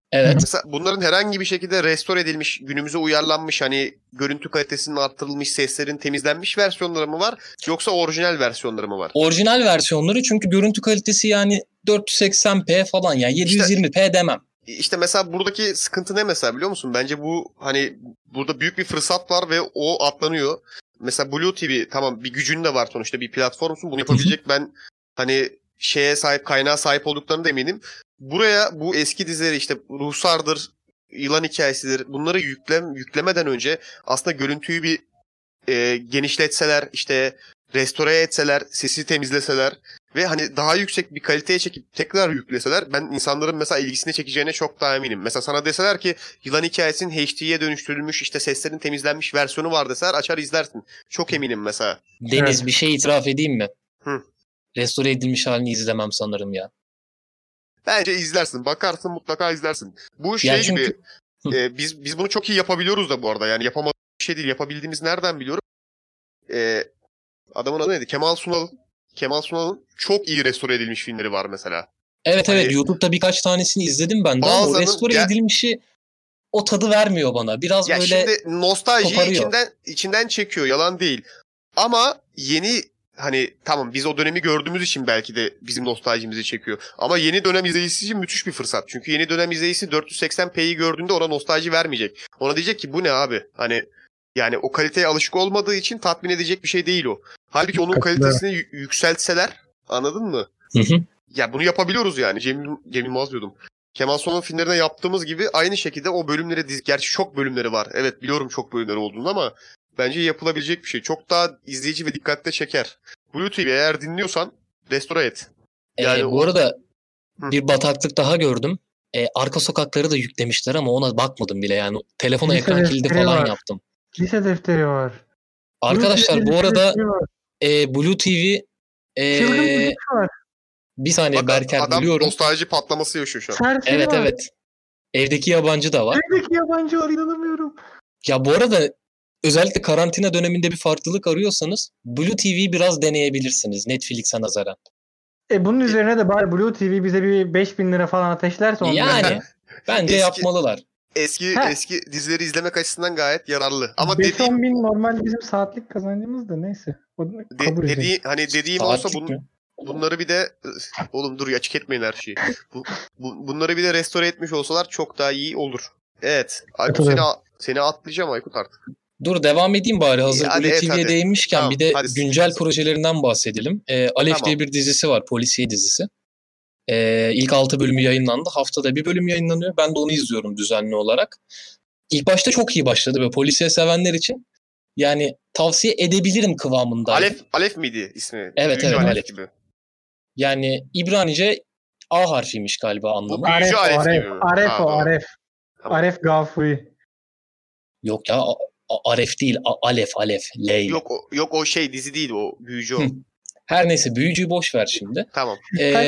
Evet. Mesela bunların herhangi bir şekilde restore edilmiş, günümüze uyarlanmış, hani görüntü kalitesinin arttırılmış, seslerin temizlenmiş versiyonları mı var? Yoksa orijinal versiyonları mı var? Orijinal versiyonları, çünkü görüntü kalitesi yani 480p falan, yani 720p demem. İşte mesela buradaki sıkıntı ne mesela, biliyor musun? Bence bu, hani burada büyük bir fırsat var ve o atlanıyor. Mesela Blue TV, tamam, bir gücün de var sonuçta, bir platformsun. Bunu yapabilecek ben hani kaynağa sahip olduklarını da eminim. Buraya bu eski dizileri, işte Ruhsar'dır, Yılan Hikayesidir, bunları yüklemeden önce aslında görüntüyü bir genişletseler, işte restore etseler, sesi temizleseler ve hani daha yüksek bir kaliteye çekip tekrar yükleseler, ben insanların mesela ilgisini çekeceğine çok daha eminim. Mesela sana deseler ki Yılan Hikayesi'nin HD'ye dönüştürülmüş, işte seslerin temizlenmiş versiyonu var deseler, açar izlersin. Çok eminim mesela. Deniz, Evet. bir şey itiraf edeyim mi? Hı. Restore edilmiş halini izlemem sanırım ya. Bence izlersin. Bakarsın, mutlaka izlersin. Bu şey Ya çünkü gibi, biz bunu çok iyi yapabiliyoruz da bu arada. Yani yapamadığımız bir şey değil. Yapabildiğimiz nereden biliyorum? Adamın adı neydi? Kemal Sunal'ın çok iyi restore edilmiş filmleri var mesela. evet Hani YouTube'da birkaç tanesini izledim ben de, ama o bazılarının restore edilmişi o tadı vermiyor bana. Biraz ya böyle şimdi nostaljiyi koparıyor. içinden çekiyor, yalan değil. Ama yeni, hani tamam, biz o dönemi gördüğümüz için belki de bizim nostaljimizi çekiyor. Ama yeni dönem izleyicisi için müthiş bir fırsat. Çünkü yeni dönem izleyicisi 480p'yi gördüğünde ona nostalji vermeyecek. Ona diyecek ki bu ne abi? Hani yani o kaliteye alışık olmadığı için tatmin edecek bir şey değil o. Halbuki onun kalitesini yükseltseler, anladın mı? Hı hı. Ya bunu yapabiliyoruz yani. Cem Yılmaz diyordum. Kemal Sunal'ın filmlerine yaptığımız gibi aynı şekilde o bölümleri gerçi çok bölümleri var. Evet, biliyorum çok bölümleri olduğunu, ama bence yapılabilecek bir şey. Çok daha izleyici ve dikkatle çeker. Blue TV eğer dinliyorsan restore et. Yani Bu arada Hı. bir bataklık daha gördüm. Arka Sokakları da yüklemişler ama ona bakmadım bile yani. Telefona Lise ekran kilidi defteri falan var. yaptım. Lise defteri var. Arkadaşlar bu arada Blue TV Çılgın müzik var. bir saniye bak, Berker, adam buluyorum. nostalji patlaması yaşıyor şu an. Serseri Evet var. evet. Evdeki Yabancı da var. Evdeki Yabancı var, inanamıyorum. Ya bu arada özellikle karantina döneminde bir farklılık arıyorsanız Blue TV biraz deneyebilirsiniz Netflix'e nazaran. Bunun üzerine de bari Blue TV bize bir 5.000 lira falan ateşlerse ondan. Yani bence Eski- yapmalılar. Eski dizileri izlemek açısından gayet yararlı. Ama 5-10 bin normal bizim saatlik kazancımız da neyse. O kabul edelim. dediğim olsa Saatlik mi? bunları bir de oğlum dur, açık etmeyin her şeyi. Bunları bir de restore etmiş olsalar çok daha iyi olur. Evet. Aykut, seni atlayacağım Aykut artık. Dur devam edeyim bari, hazır Hadi Blue et, TV'ye hadi. değinmişken Tamam, bir de hadi. güncel projelerinden bahsedelim. Alef Tamam. diye bir dizisi var, polisiye dizisi. İlk 6 bölümü yayınlandı. Haftada bir bölüm yayınlanıyor. Ben de onu izliyorum düzenli olarak. İlk başta çok iyi başladı ve polisiye sevenler için yani tavsiye edebilirim kıvamındaydı. Alef miydi ismi? Evet, Büyücü evet, Alef. gibi. Yani İbranice A harfiymiş galiba anlamı. Büyücü Aref gibi mi? Aref. Tamam. Aref Gafuri. Yok ya, Aref değil, Alef, L. Yok o şey, dizi değil o, büyücü o. Her neyse, büyücüyü boş ver şimdi. Tamam.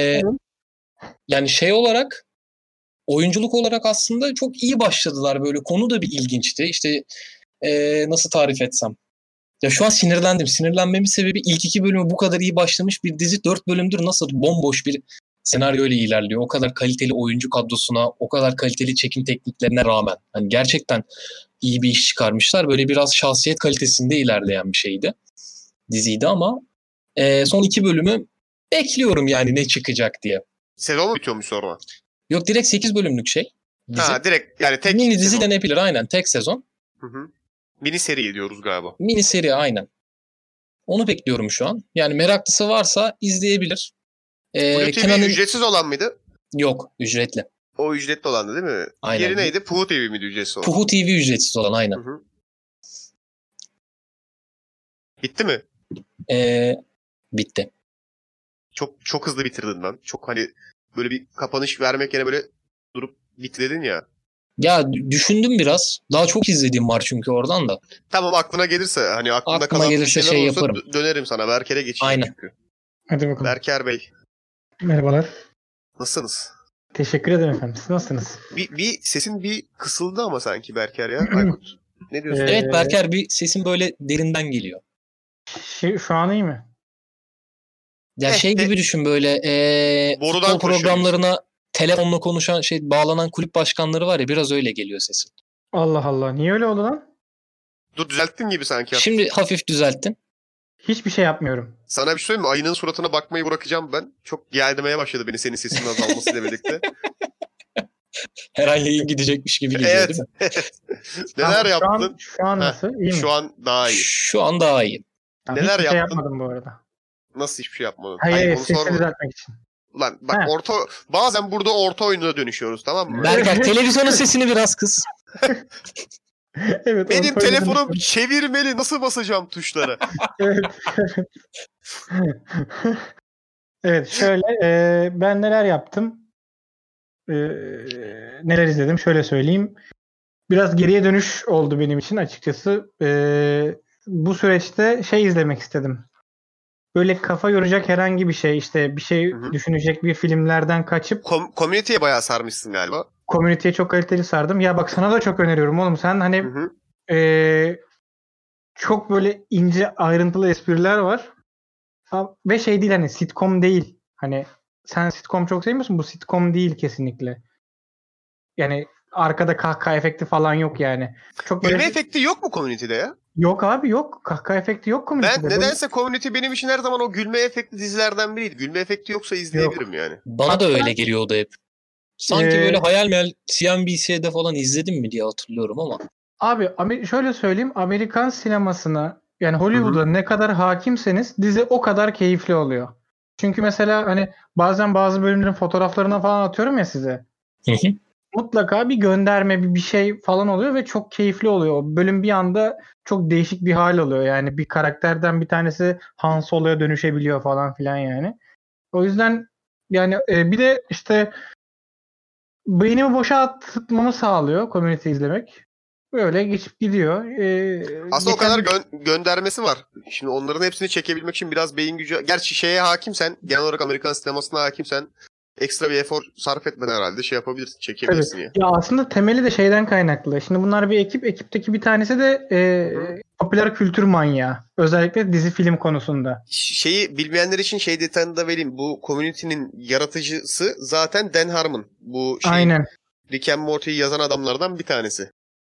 Yani şey olarak, oyunculuk olarak aslında çok iyi başladılar böyle. Konu da bir ilginçti. İşte nasıl tarif etsem. Ya şu an sinirlendim. Sinirlenmemin sebebi, ilk 2 bölümü bu kadar iyi başlamış bir dizi 4 bölümdür nasıl bomboş bir senaryo ile ilerliyor. O kadar kaliteli oyuncu kadrosuna, o kadar kaliteli çekim tekniklerine rağmen. Hani gerçekten iyi bir iş çıkarmışlar. Böyle biraz şahsiyet kalitesinde ilerleyen bir şeydi. Diziydi ama son 2 bölümü bekliyorum yani ne çıkacak diye. Sezon mu bitiyormuş sonra? Yok, direkt 8 bölümlük şey. Dizi. Ha, direkt yani tek Mini dizi sezon. denebilir, aynen, tek sezon. Hı. Mini seri diyoruz galiba. Mini seri, aynen. Onu bekliyorum şu an. Yani meraklısı varsa izleyebilir. Blue TV ücretsiz olan mıydı? Yok, ücretli. O ücretli olandı değil mi? Aynen. Diğeri neydi? Puhu TV miydi ücretsiz olan? Puhu TV ücretsiz olan, aynen. Hı. Bitti mi? Bitti. Çok hızlı bitirdin lan. Çok hani böyle bir kapanış vermek yerine böyle durup bitirdin ya. Ya düşündüm biraz. Daha çok izlediğim var çünkü oradan da. Tamam, aklına gelirse, hani aklında Aklıma kalan bir gelirse şeyler şey olursa yaparım. dönerim sana. Berker'e geçeceğim Aynen. çünkü. Hadi bakalım. Berker Bey, Merhabalar. nasılsınız? Teşekkür ederim efendim. Siz nasılsınız? Bir sesin bir kısıldı ama sanki Berker ya. Aykut, ne diyorsun? Evet Berker, bir sesin böyle derinden geliyor. Şu an iyi mi? Ya şey gibi düşün böyle Borudan futbol programlarına telefonla konuşan bağlanan kulüp başkanları var ya, biraz öyle geliyor sesin. Allah Allah. Niye öyle oldu lan? Dur, düzelttin gibi sanki. Şimdi hafif düzelttin. Hiçbir şey yapmıyorum. Sana bir şey söyleyeyim mi? Ayının suratına bakmayı bırakacağım ben. Çok geldimeye başladı beni senin sesinin azalmasıyla birlikte. Her an yayın gidecekmiş gibi geliyor Evet. değil mi? Neler Tamam, yaptın? Şu an nasıl? İyi mi? Şu an daha iyi. Şu an daha iyi. Tamam, neler hiçbir şey yaptın? yapmadım bu arada. Nasıl hiçbir şey yapmadın? Hayır, onu sesi sorma. düzeltmek için. Lan bak, bazen burada orta oyununa dönüşüyoruz, tamam mı? Berkay televizyonun sesini biraz kıs. Evet, Benim orta telefonum oyunu- çevirmeli. Nasıl basacağım tuşlara? Evet. Evet, şöyle ben neler yaptım? Neler izledim? Şöyle söyleyeyim. Biraz geriye dönüş oldu benim için açıkçası. Bu süreçte izlemek istedim. Böyle kafa yoracak herhangi bir şey, işte bir şey Hı hı. düşünecek bir filmlerden kaçıp Community'ye bayağı sarmışsın galiba. Community'ye çok kaliteli sardım. Ya bak, sana da çok öneriyorum oğlum. Sen hani Hı hı. çok böyle ince ayrıntılı espriler var. Ve değil, hani sitcom değil. Hani sen sitcom çok sevmiyorsun. Bu sitcom değil kesinlikle. Yani arkada kahkaha efekti falan yok yani. Çok böyle... Gülme efekti yok mu Community'de ya? Yok abi, yok. Kahkaha efekti yok Community'de. Ben nedense Community benim için her zaman o gülme efekti dizilerden biriydi. Gülme efekti yoksa izleyebilirim yani. Bana da öyle geliyordu hep. Sanki böyle hayal meyal CNBC'de falan izledim mi diye hatırlıyorum ama. Abi şöyle söyleyeyim. Amerikan sinemasına, yani Hollywood'a ne kadar hakimseniz dizi o kadar keyifli oluyor. Çünkü mesela hani bazen bazı bölümlerin fotoğraflarına falan atıyorum ya size. Mutlaka bir gönderme, bir şey falan oluyor ve çok keyifli oluyor. O bölüm bir anda çok değişik bir hal oluyor. Yani bir karakterden bir tanesi Han Solo'ya dönüşebiliyor falan filan yani. O yüzden yani bir de işte beynimi boşa atmamı sağlıyor Community izlemek. Böyle geçip gidiyor. Aslında o kadar göndermesi var. Şimdi onların hepsini çekebilmek için biraz beyin gücü... Gerçi şeye hakimsen, genel olarak Amerikan sinemasına hakimsen ekstra bir efor sarf etmeden herhalde yapabilirsin, çekebilirsin ya. Ya aslında temeli de şeyden kaynaklı. Şimdi bunlar bir ekip. Ekipteki bir tanesi de popüler kültür manyağı. Özellikle dizi film konusunda. Bilmeyenler için detayını da vereyim. Bu Community'nin yaratıcısı zaten Dan Harmon. Bu Aynen. Rick and Morty'yi yazan adamlardan bir tanesi.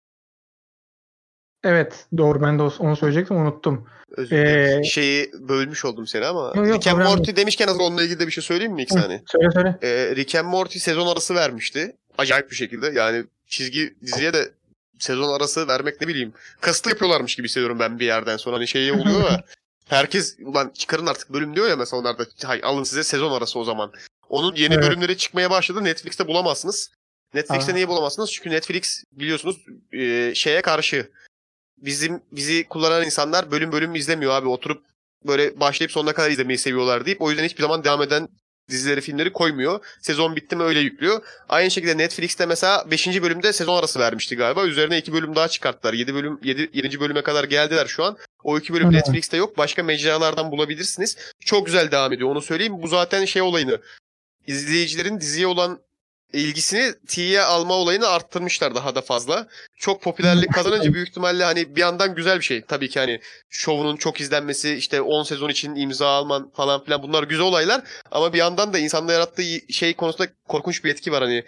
Evet, doğru, ben de onu söyleyecektim, unuttum. Özür dilerim. Bölmüş oldum seni ama. Yok, Rick and Morty demişken onunla ilgili de bir şey söyleyeyim mi ilk saniye? Söyle. Rick and Morty sezon arası vermişti. Acayip bir şekilde. Yani çizgi diziye de sezon arası vermek, ne bileyim, kasıtlı yapıyorlarmış gibi hissediyorum ben bir yerden sonra. Hani oluyor ya. Herkes ulan çıkarın artık bölüm diyor ya mesela onlarda. Alın size sezon arası o zaman. Onun yeni bölümleri çıkmaya başladı. Netflix'te bulamazsınız. Netflix'te niye bulamazsınız? Çünkü Netflix biliyorsunuz şeye karşı. Bizi kullanan insanlar bölüm bölüm izlemiyor abi. Oturup böyle başlayıp sonuna kadar izlemeyi seviyorlar deyip o yüzden hiçbir zaman devam eden dizileri, filmleri koymuyor. Sezon bitti mi öyle yüklüyor. Aynı şekilde Netflix'te mesela 5. bölümde sezon arası vermişti galiba. Üzerine 2 bölüm daha çıkarttılar. 7. bölüme kadar geldiler şu an. O 2 bölüm Netflix'te yok. Başka mecralardan bulabilirsiniz. Çok güzel devam ediyor. Onu söyleyeyim. Bu zaten olayını, izleyicilerin diziye olan ilgisini T'ye alma olayını arttırmışlar daha da fazla. Çok popülerlik kazanınca büyük ihtimalle hani bir yandan güzel bir şey. Tabii ki hani şovunun çok izlenmesi, işte 10 sezon için imza alman falan filan, bunlar güzel olaylar. Ama bir yandan da insanda yarattığı konusunda korkunç bir etki var. Hani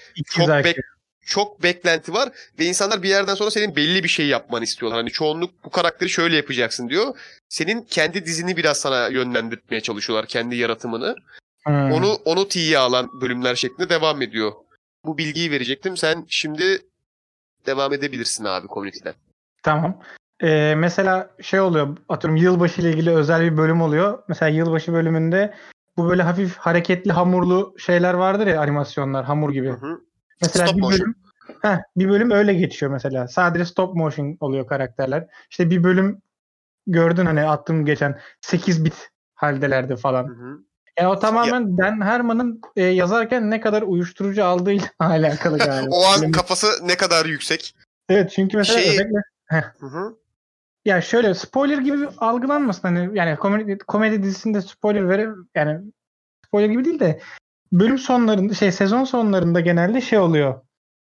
çok beklenti var ve insanlar bir yerden sonra senin belli bir şey yapmanı istiyorlar. Hani çoğunluk bu karakteri şöyle yapacaksın diyor. Senin kendi dizini biraz sana yönlendirmeye çalışıyorlar, kendi yaratımını. Onu T'ye alan bölümler şeklinde devam ediyor. Bu bilgiyi verecektim. Sen şimdi devam edebilirsin abi Community'den. Tamam. Mesela oluyor, atıyorum yılbaşı ile ilgili özel bir bölüm oluyor. Mesela yılbaşı bölümünde bu böyle hafif hareketli hamurlu şeyler vardır ya, animasyonlar, hamur gibi. Hı. Mesela Stop motion. bir bölüm öyle geçiyor mesela. Sadece stop motion oluyor karakterler. İşte bir bölüm gördün hani, attım geçen 8 bit haldelerdi falan. Hı. Yani o tamamen Dan Harmon'ın yazarken ne kadar uyuşturucu aldığıyla alakalı galiba. O an kafası ne kadar yüksek. Evet, çünkü mesela özellikle ya şöyle, spoiler gibi algılanmasın hani, yani komedi dizisinde spoiler yani spoiler gibi değil de bölüm sonlarında sezon sonlarında genelde oluyor.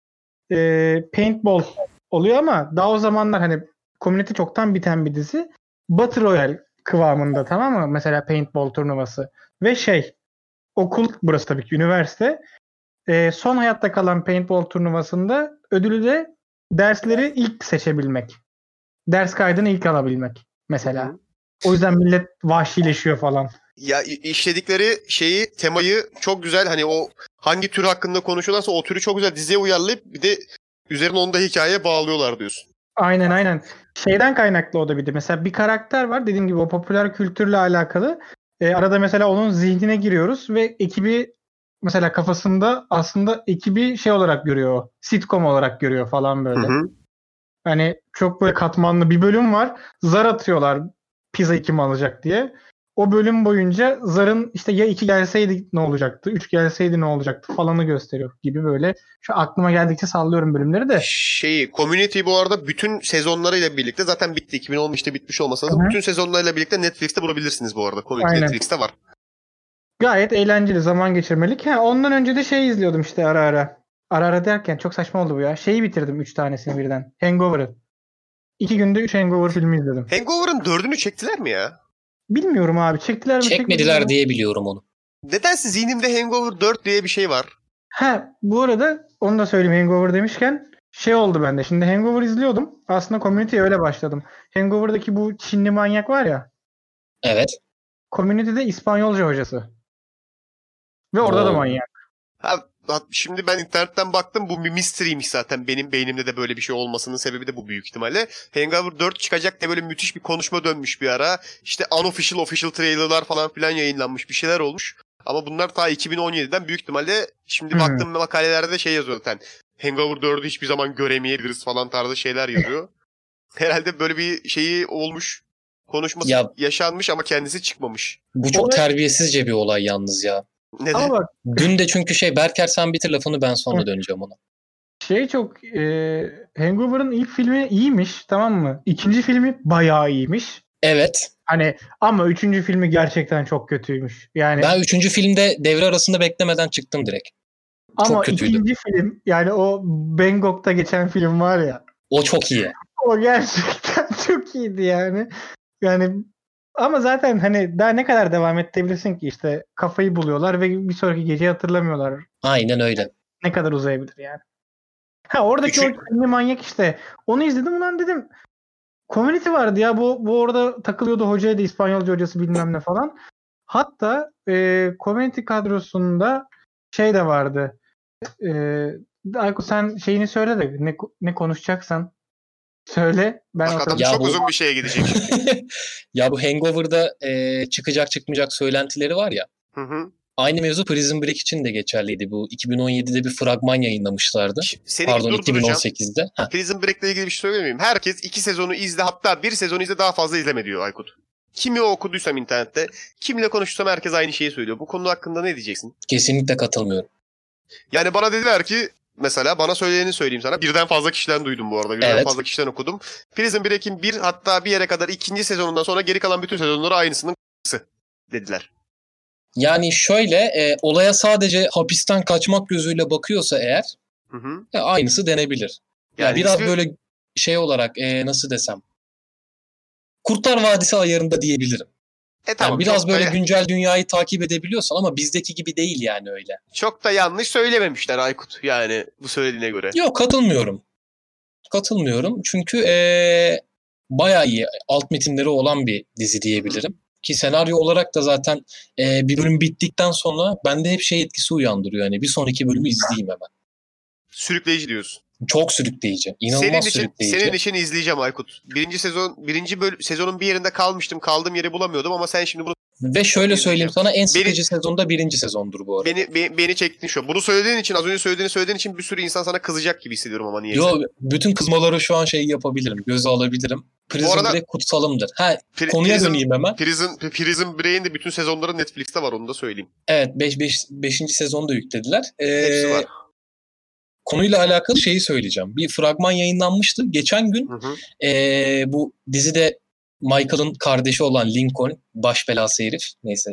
Paintball oluyor ama daha o zamanlar hani Community çoktan biten bir dizi. Battle Royale kıvamında, tamam mı? Mesela paintball turnuvası ve okul, burası tabii ki üniversite. son hayatta kalan paintball turnuvasında ödülü de dersleri ilk seçebilmek. Ders kaydını ilk alabilmek mesela. Hı. O yüzden millet vahşileşiyor falan. Ya işledikleri temayı çok güzel, hani o hangi tür hakkında konuşuyorlarsa o türü çok güzel diziye uyarlayıp bir de üzerine onu da hikayeye bağlıyorlar diyorsun. Aynen. Şeyden kaynaklı o da bir de. Mesela bir karakter var. Dediğim gibi o popüler kültürle alakalı. Arada mesela onun zihnine giriyoruz ve ekibi mesela kafasında aslında ekibi şey olarak görüyor. Sitcom olarak görüyor falan böyle. Hı. Hani çok böyle katmanlı bir bölüm var. Zar atıyorlar pizza kim alacak diye. O bölüm boyunca zarın işte ya 2 gelseydi ne olacaktı, 3 gelseydi ne olacaktı falanı gösteriyor gibi böyle. Şu aklıma geldikçe sallıyorum bölümleri de. Community bu arada bütün sezonlarıyla birlikte zaten bitti. 2015'te bitmiş olmasa da bütün sezonlarıyla birlikte Netflix'te bulabilirsiniz bu arada. Community Aynen. Netflix'te var. Gayet eğlenceli, zaman geçirmelik. Ondan önce de şey izliyordum işte ara ara. Ara ara derken çok saçma oldu bu ya. Şeyi bitirdim 3 tanesini birden. Hangover'ı. 2 günde 3 Hangover filmi izledim. Hangover'ın 4'ünü çektiler mi ya? Bilmiyorum abi. Çektiler mi? Çekmediler diye biliyorum onu. Nedense zihnimde Hangover 4 diye bir şey var. Bu arada onu da söyleyeyim Hangover demişken şey oldu bende. Şimdi Hangover izliyordum. Aslında Community'ye öyle başladım. Hangover'daki bu Çinli manyak var ya. Evet. Community'de İspanyolca hocası. Ve orada da manyak. Şimdi ben internetten baktım, bu bir mystery'miş zaten. Benim beynimde de böyle bir şey olmasının sebebi de bu büyük ihtimalle. Hangover 4 çıkacak diye böyle müthiş bir konuşma dönmüş bir ara. İşte unofficial, official trailer'lar falan filan yayınlanmış, bir şeyler olmuş. Ama bunlar ta 2017'den büyük ihtimalle şimdi baktığım makalelerde de şey yazıyor zaten. Hangover 4'ü hiçbir zaman göremeyebiliriz falan tarzı şeyler yazıyor. Herhalde böyle bir şeyi olmuş. Konuşması yaşanmış ama kendisi çıkmamış. Bu çok terbiyesizce bir olay yalnız ya. Neden? Ama bak, Dün de çünkü Berker sen bitir lafını, ben sonra döneceğim ona. çok Hangover'ın ilk filmi iyiymiş, tamam mı? İkinci filmi bayağı iyiymiş. Evet. Hani ama üçüncü filmi gerçekten çok kötüymüş. Yani ben üçüncü filmde devre arasında beklemeden çıktım direkt. Ama çok kötüydü. İkinci film, yani o Bangkok'ta geçen film var ya. O çok iyi. O gerçekten çok iyiydi yani. Yani ama zaten hani daha ne kadar devam edebilirsin ki, işte kafayı buluyorlar ve bir sonraki geceyi hatırlamıyorlar. Aynen öyle. Ne kadar uzayabilir yani. Oradaki o Çinli manyak işte. Onu izledim, ulan dedim. Community vardı ya, bu orada takılıyordu, hocaydı, İspanyolca hocası bilmem ne falan. Hatta Community kadrosunda şey de vardı. Aykut sen şeyini söyle de ne konuşacaksan söyle. Ben Bak adam çok uzun bir şeye gidecek şimdi. Ya bu Hangover'da çıkacak çıkmayacak söylentileri var ya. Hı. Aynı mevzu Prison Break için de geçerliydi. Bu 2017'de bir fragman yayınlamışlardı. Pardon 2018'de. Prison Break'le ilgili bir şey söyleyeyim miyim? Herkes 2 sezonu izle, hatta 1 sezonu izle, daha fazla izleme diyor Aykut. Kimi okuduysam internette, kimle konuştuysam herkes aynı şeyi söylüyor. Bu konu hakkında ne diyeceksin? Kesinlikle katılmıyorum. Yani bana dediler ki, mesela bana söyleneni söyleyeyim sana. Birden fazla kişiden duydum bu arada. Birden fazla kişiden okudum. Prison Break'in hatta bir yere kadar 2. sezonundan sonra geri kalan bütün sezonları aynısının dediler. Yani şöyle olaya sadece hapisten kaçmak gözüyle bakıyorsa eğer aynısı denebilir. Yani biraz böyle şey olarak nasıl desem, Kurtlar Vadisi ayarında diyebilirim. Tamam, yani biraz böyle güncel dünyayı takip edebiliyorsan, ama bizdeki gibi değil yani öyle. Çok da yanlış söylememişler Aykut, yani bu söylediğine göre. Yok, katılmıyorum. Çünkü bayağı iyi alt metinleri olan bir dizi diyebilirim. Ki senaryo olarak da zaten bir bölüm bittikten sonra bende hep etkisi uyandırıyor. Yani bir sonraki bölümü izleyeyim hemen. Sürükleyici diyorsun. Çok sürükleyici. İnanılmaz sürükleyici. Senin için izleyeceğim Aykut. Sezonun bir yerinde kalmıştım. Kaldığım yeri bulamıyordum ama sen şimdi bunu... Ve şöyle söyleyeyim sana, en sıkıcı sezonda 1. sezondur bu arada. Beni çektin şu an. Bunu söylediğin için, az önce söylediğin için bir sürü insan sana kızacak gibi hissediyorum ama niyeyse. Yo, bütün kızmaları şu an yapabilirim. Göze alabilirim. Prison Break kutsalımdır. Konuya döneyim hemen. Prison Break'in de bütün sezonları Netflix'te var, onu da söyleyeyim. Evet, 5. sezonu da yüklediler. Hepsi var. Konuyla alakalı söyleyeceğim. Bir fragman yayınlanmıştı. Geçen gün bu dizide Michael'ın kardeşi olan Lincoln, baş belası herif. Neyse.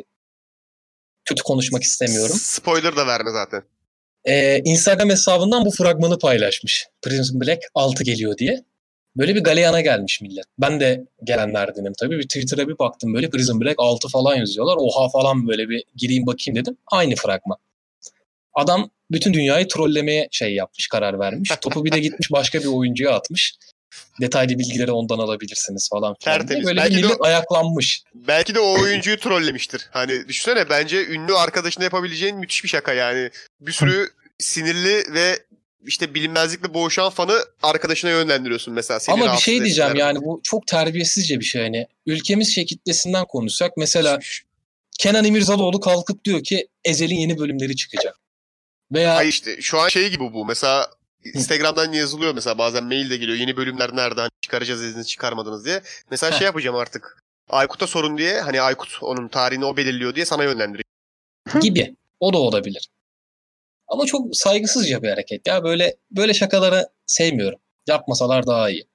Kötü konuşmak istemiyorum. Spoiler da verme zaten. Instagram hesabından bu fragmanı paylaşmış. Prison Break 6 geliyor diye. Böyle bir galeyana gelmiş millet. Ben de gelenlerdenim tabii. Bir Twitter'a bir baktım, böyle Prison Break 6 falan yazıyorlar. Oha falan, böyle bir gireyim bakayım dedim. Aynı fragman. Adam bütün dünyayı trollemeye yapmış, karar vermiş. Topu bir de gitmiş başka bir oyuncuya atmış. Detaylı bilgileri ondan alabilirsiniz falan filan. Tertemiz. Böyle Belki bir de millet ayaklanmış. Belki de o oyuncuyu trollemiştir. Hani düşünsene, bence ünlü arkadaşına yapabileceğin müthiş bir şaka yani. Bir sürü sinirli ve işte bilinmezlikle boğuşan fanı arkadaşına yönlendiriyorsun mesela. Seni Ama bir rahatsız şey diyeceğim ettiler. yani, bu çok terbiyesizce bir şey. Hani ülkemiz kitlesinden konuşsak mesela Kenan İmirzalıoğlu kalkıp diyor ki Ezel'in yeni bölümleri çıkacak. Veya Ay işte şu an şey gibi bu. Mesela Instagram'dan yazılıyor mesela, bazen mail de geliyor. Yeni bölümler nerede? Hani çıkaracağız dediniz, çıkarmadınız diye. Mesela yapacağım artık. Aykut'a sorun diye, hani Aykut onun tarihini o belirliyor diye sana yönlendiriyor. gibi. O da olabilir. Ama çok saygısızca bir hareket ya. Böyle şakaları sevmiyorum. Yapmasalar daha iyi.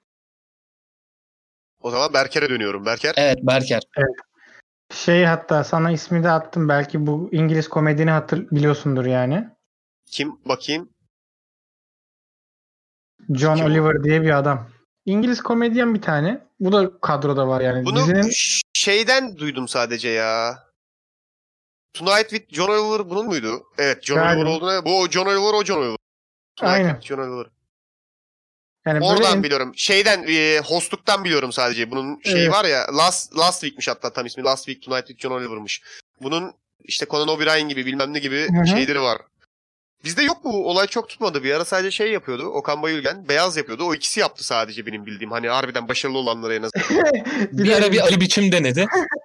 O zaman Berker'e dönüyorum. Berker. Evet, Berker. Hatta sana ismi de attım. Belki bu İngiliz komedini biliyorsundur yani. Kim? Bakayım. John Kim o? Oliver diye bir adam. İngiliz komedyen bir tane. Bu da kadroda var yani. Bunu Dizinin... şeyden duydum sadece ya. Tonight with John Oliver bunun muydu? Evet, John Galiba. Oliver olduğuna. Bu John Oliver. Tonight Aynen. with John Oliver. Yani Oradan biliyorum. Şeyden, hostluktan biliyorum sadece. Bunun şeyi Evet. var ya, Last Week'miş hatta tam ismi. Last Week Tonight with John Oliver'mış. Bunun işte Conan O'Brien gibi bilmem ne gibi Hı hı. şeyleri var. Bizde yok bu olay, çok tutmadı. Bir ara sadece şey yapıyordu. Okan Bayülgen beyaz yapıyordu. O ikisi yaptı sadece benim bildiğim. Hani harbiden başarılı olanları en azından. Bir ara bir Ali Biçim denedi.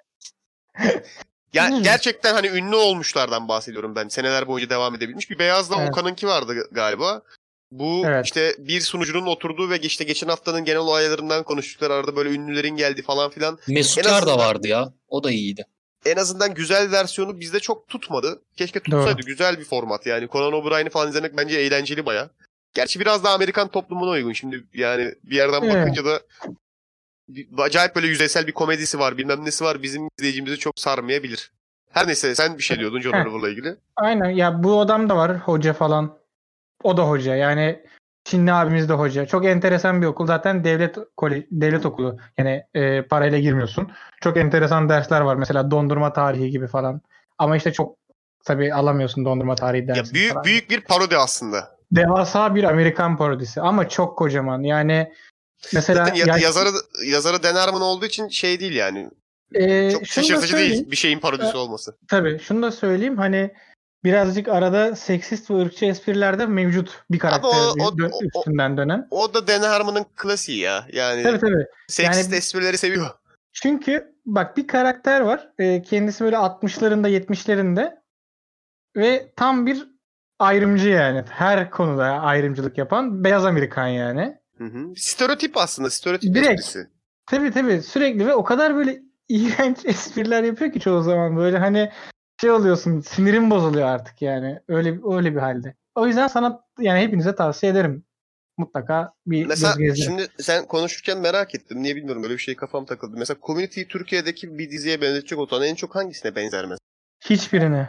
Ya gerçekten hani ünlü olmuşlardan bahsediyorum ben. Seneler boyunca devam edebilmiş. Bir beyazla Evet. Okan'ınki vardı galiba. Bu Evet. işte bir sunucunun oturduğu ve işte geçen haftanın genel olaylarından konuştukları, arada böyle ünlülerin geldi falan filan. Mesut En Yar da azından- vardı ya. O da iyiydi. En azından güzel versiyonu bizde çok tutmadı. Keşke tutsaydı. Doğru. Güzel bir format yani. Conan O'Brien'i falan izlemek bence eğlenceli baya. Gerçi biraz daha Amerikan toplumuna uygun. Şimdi yani bir yerden Evet. bakınca da acayip böyle yüzeysel bir komedisi var, bilmem nesi var. Bizim izleyicimizi çok sarmayabilir. Her neyse, sen bir şey diyordun John Oliver'la ilgili. Aynen ya, bu adam da var hoca falan. O da hoca yani, Çinli abimiz de hoca. Çok enteresan bir okul zaten, devlet okulu. Yani parayla girmiyorsun. Çok enteresan dersler var mesela, dondurma tarihi gibi falan. Ama işte çok tabii alamıyorsun dondurma tarihi dersini Ya falan. büyük bir parodi aslında. Devasa bir Amerikan parodisi ama çok kocaman. Yani mesela Zaten yazarı Dan Harmon olduğu için şey değil yani. Çok şunu da şaşırtıcı söyleyeyim. değil bir şeyin parodisi olması. Tabii şunu da söyleyeyim, hani birazcık arada seksist ve ırkçı espriler de mevcut bir karakter üstünden dönen. O da Dan Harmon'ın klasiği ya. Yani Tabii. seksist Yani- esprileri seviyor. Çünkü bak, bir karakter var. Kendisi böyle 60'larında 70'lerinde ve tam bir ayrımcı yani. Her konuda ayrımcılık yapan beyaz Amerikan yani. Hı. Stereotip aslında. Stereotip Direkt. esprisi. Tabii sürekli ve o kadar böyle iğrenç espriler yapıyor ki çoğu zaman, böyle hani şey oluyorsun, sinirin bozuluyor artık yani. Öyle bir halde. O yüzden sana yani hepinize tavsiye ederim. Mutlaka bir Mesela göz gezdirin. şimdi sen konuşurken merak ettim. Niye bilmiyorum, böyle bir şey kafam takıldı. Mesela Community'yi Türkiye'deki bir diziye benzetecek olsan en çok hangisine benzer mesela? Hiçbirine.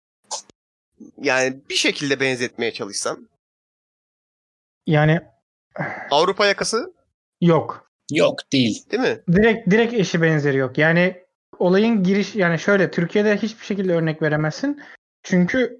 Yani bir şekilde benzetmeye çalışsan. Yani Avrupa Yakası yok. Yok, değil. değil mi? Direkt eşi benzeri yok. Yani olayın giriş, yani şöyle, Türkiye'de hiçbir şekilde örnek veremezsin. Çünkü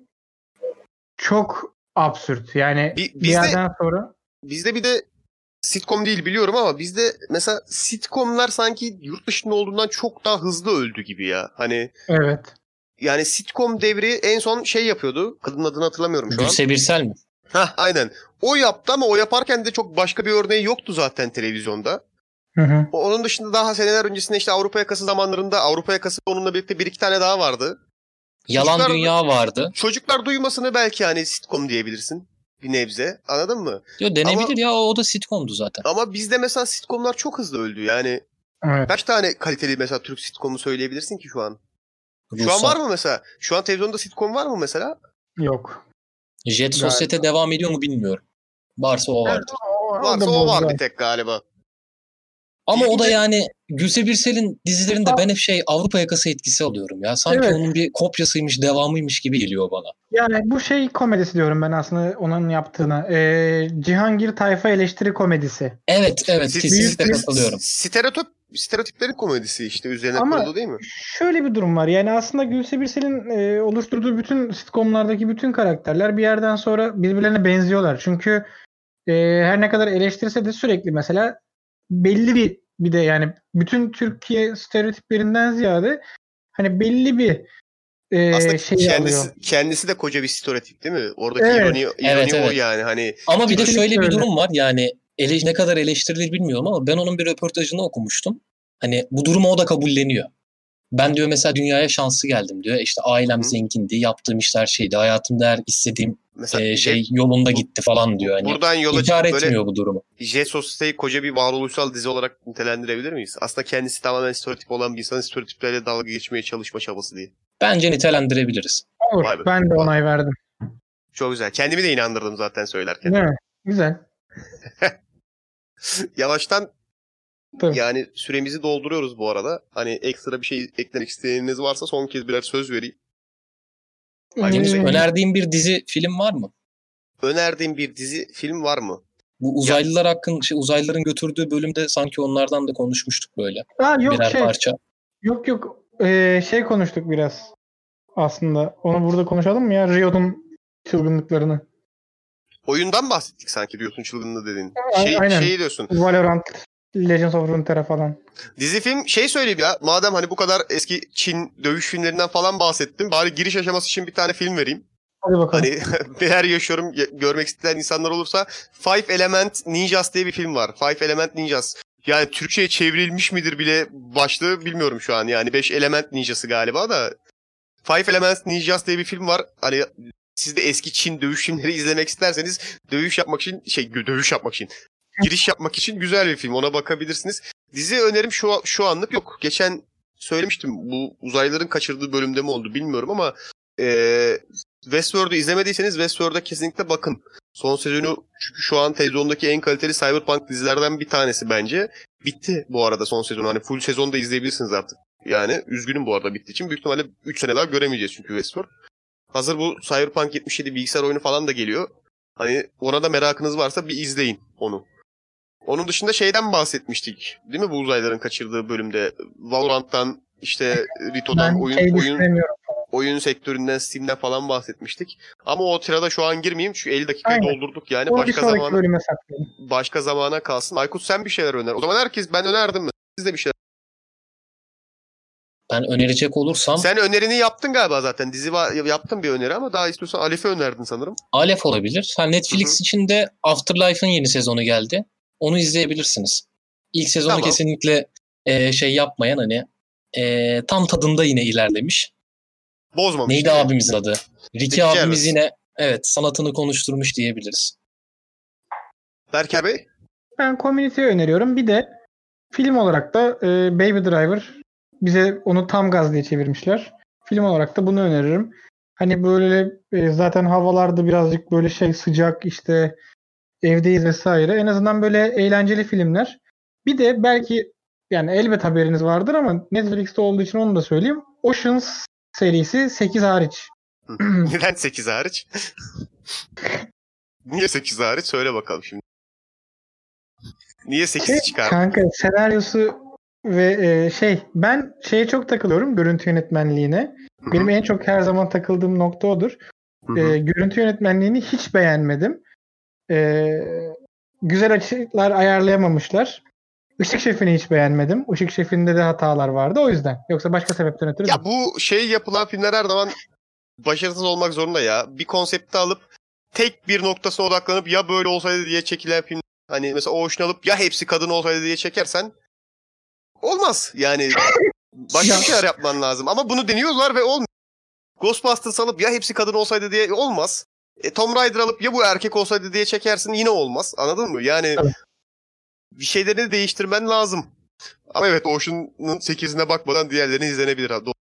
çok absürt. Yani bir Bizde- yerden sonra Bizde bir de sitcom değil biliyorum ama bizde mesela sitcomlar sanki yurt dışında olduğundan çok daha hızlı öldü gibi ya. Hani evet. yani sitcom devri en son şey yapıyordu. Kadının adını hatırlamıyorum şu an. Gülse Birsel mi? Hah, aynen. O yaptı ama o yaparken de çok başka bir örneği yoktu zaten televizyonda. Hı. Onun dışında daha seneler öncesinde işte Avrupa Yakası zamanlarında Avrupa Yakası onunla birlikte bir iki tane daha vardı. Yalan Çocuklar- Dünya vardı. Çocuklar duymasını belki hani sitcom diyebilirsin. Bir nebze. Anladın mı? Diyor, denebilir Ama- ya, o da sitcomdu zaten. Ama bizde mesela sitcomlar çok hızlı öldü. Yani Evet. kaç tane kaliteli mesela Türk sitcomu söyleyebilirsin ki şu an? Şu an Ruhsar. var mı mesela? Şu an televizyonda sitcom var mı mesela? Yok. Jet Sosyete devam ediyor mu bilmiyorum. Varsa o vardır. Varsa da o var bozdu. bir tek galiba. Ama o da İlginç- yani Gülse Birsel'in dizilerinde ben hep Avrupa Yakası etkisi alıyorum ya. Sanki Evet. onun bir kopyasıymış, devamıymış gibi geliyor bana. Yani bu şey komedisi diyorum ben aslında onun yaptığına. Cihangir Tayfa eleştiri komedisi. Evet, Siz- kesinlikle büyük- katılıyorum. Stereotip stereotiplerin komedisi işte üzerine Ama kurulu değil mi? şöyle bir durum var. Yani aslında Gülse Birsel'in oluşturduğu bütün sitcomlardaki bütün karakterler bir yerden sonra birbirlerine benziyorlar. Çünkü her ne kadar eleştirse de sürekli mesela belli bir de yani bütün Türkiye stereotiplerinden ziyade hani belli bir Aslında şey alıyor. kendisi de koca bir stereotip değil mi? Oradaki Evet. ironi Evet, o evet. yani hani Ama bir de Kesinlikle şöyle bir öyle. durum var yani ne kadar eleştirilir bilmiyorum ama ben onun bir röportajını okumuştum. Hani bu durumu o da kabulleniyor. Ben diyor mesela dünyaya şanslı geldim diyor. İşte ailem Hı. zengindi, yaptığım işler şeydi, hayatımda her istediğim mesela şey yolunda bu- gitti falan diyor. Hani buradan yola inkar çıkıp böyle etmiyor bu durumu. J-Sosyete'yi koca bir varoluşsal dizi olarak nitelendirebilir miyiz? Aslında kendisi tamamen stereotip olan bir insanın stereotiplerle dalga geçmeye çalışma çabası diye. Bence nitelendirebiliriz. Olur. Vay be. Ben de onay verdim. Çok güzel. Kendimi de inandırdım zaten söylerken. Değil mi? Güzel. Yavaştan Tabii. yani süremizi dolduruyoruz bu arada. Hani ekstra bir şey eklemek isteyeniniz varsa son kez birer söz vereyim. Deniz, Hmm. önerdiğin bir dizi film var mı? Önerdiğim bir dizi film var mı? Bu uzaylılar uzaylıların götürdüğü bölümde sanki onlardan da konuşmuştuk böyle. Yok Birer parça. Yok. Şey konuştuk biraz aslında. Onu burada konuşalım mı ya? Riot'un çılgınlıklarını. Oyundan bahsettik sanki diyorsun çılgınlığı dediğin. Aynen. Şey diyorsun. Valorant, Legends of Runeterra falan. Dizi film şey söyleyeyim ya. Madem hani bu kadar eski Çin dövüş filmlerinden falan bahsettim. Bari giriş aşaması için bir tane film vereyim. Hadi bakalım. Hani eğer yaşıyorum görmek isteyen insanlar olursa Five Element Ninjas diye bir film var. Five Element Ninjas. Yani Türkçe'ye çevrilmiş midir bile başlığı bilmiyorum şu an. Yani 5 Element Ninjası galiba da. Five Element Ninjas diye bir film var. Hani siz de eski Çin dövüş filmleri izlemek isterseniz giriş yapmak için güzel bir film. Ona bakabilirsiniz. Dizi önerim şu anlık yok. Geçen söylemiştim. Bu uzaylıların kaçırdığı bölümde mi oldu bilmiyorum ama Westworld'u izlemediyseniz Westworld'a kesinlikle bakın. Son sezonu çünkü şu an televizyondaki en kaliteli Cyberpunk dizilerden bir tanesi bence. Bitti bu arada son sezon. Hani full sezonda izleyebilirsiniz artık. Yani üzgünüm bu arada bittiği için. Büyük ihtimalle 3 sene daha göremeyeceğiz çünkü Westworld. Hazır bu Cyberpunk 77 bilgisayar oyunu falan da geliyor. Hani ona da merakınız varsa bir izleyin onu. Onun dışında şeyden bahsetmiştik. Değil mi bu uzaylıların kaçırdığı bölümde? Valorant'tan işte Rito'dan oyun sektöründen Steam'den falan bahsetmiştik. Ama o tirada şu an girmeyeyim çünkü 50 dakikayı doldurduk yani. Başka zamana kalsın. Aykut sen bir şeyler öner. O zaman ben önerdim mi? Siz de bir şeyler. Ben önerecek olursam... Sen önerini yaptın galiba zaten. Yaptın bir öneri ama daha istiyorsan Alef'i önerdin sanırım. Alef olabilir. Netflix için de Afterlife'ın yeni sezonu geldi. Onu izleyebilirsiniz. İlk sezonu kesinlikle yapmayan hani tam tadında yine ilerlemiş. Bozmamış. Neydi abimizin adı? Ricky abimiz yine sanatını konuşturmuş diyebiliriz. Berker Bey? Ben Community'yi öneriyorum. Bir de film olarak da Baby Driver. Bize onu Tam Gaz diye çevirmişler. Film olarak da bunu öneririm. Hani böyle zaten havalarda birazcık böyle sıcak işte evdeyiz vesaire. En azından böyle eğlenceli filmler. Bir de belki yani elbet haberiniz vardır ama Netflix'te olduğu için onu da söyleyeyim. Oceans serisi 8 hariç. Neden 8 hariç? Niye 8 hariç? Söyle bakalım şimdi. Niye 8 çıkar? Kanka senaryosu ve ben şeye çok takılıyorum görüntü yönetmenliğine. Hı-hı. Benim en çok her zaman takıldığım nokta odur. Görüntü yönetmenliğini hiç beğenmedim. Güzel açılar ayarlayamamışlar. Işık Şefi'ni hiç beğenmedim. Işık Şefi'nde de hatalar vardı o yüzden. Yoksa başka sebepten ötürü ya değil. Bu yapılan filmler her zaman başarısız olmak zorunda ya. Bir konsepti alıp tek bir noktasına odaklanıp ya böyle olsaydı diye çekilen film. Hani mesela Ocean alıp ya hepsi kadın olsaydı diye çekersen olmaz. Yani başka bir şeyler yapman lazım. Ama bunu deniyorlar ve olmuyor. Ghostbusters alıp ya hepsi kadın olsaydı diye olmaz. Tomb Raider alıp ya bu erkek olsaydı diye çekersin yine olmaz. Anladın mı? Yani evet. Bir şeylerini değiştirmen lazım. Ama evet Ocean'ın 8'ine bakmadan diğerlerini izlenebilir.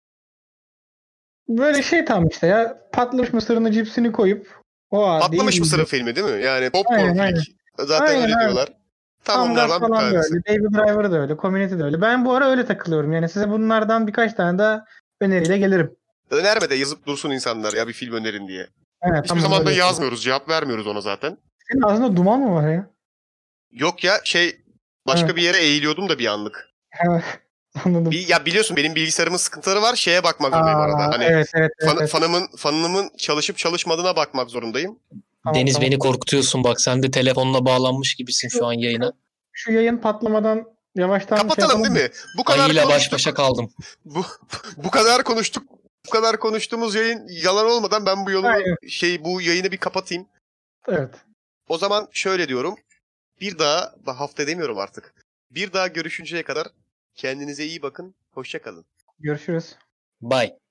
Böyle tam işte ya. Patlamış mısırını cipsini koyup Patlamış mısırın filmi değil mi? Yani popcorn flick. Zaten öyle diyorlar. Tam onlardan bir tanesi. Baby Driver da öyle. Community de öyle. Ben bu ara öyle takılıyorum. Yani size bunlardan birkaç tane daha öneriyle gelirim. Önerme de yazıp dursun insanlar ya bir film önerin diye. Evet, hiçbir zaman da yazmıyoruz. Cevap vermiyoruz ona zaten. Senin ağzında duman mı var ya? Yok ya başka bir yere eğiliyordum da bir anlık. Anladım. Ya biliyorsun benim bilgisayarımın sıkıntıları var. Şeye bakmak zorundayım arada. Hani Evet. fanımın çalışıp çalışmadığına bakmak zorundayım. Tamam, Deniz tamam. beni korkutuyorsun bak. Sen de telefonla bağlanmış gibisin şu an yayına. Şu yayın patlamadan yavaştan Kapatalım değil mi? Bu kadar Ayıyla baş konuştuk. başa kaldım. Bu kadar konuştuk. Bu kadar konuştuğumuz yayın yalan olmadan ben bu yolunu Aynen. bu yayını bir kapatayım. Evet. O zaman şöyle diyorum. Bir daha hafta demiyorum artık. Bir daha görüşünceye kadar kendinize iyi bakın. Hoşça kalın. Görüşürüz. Bye.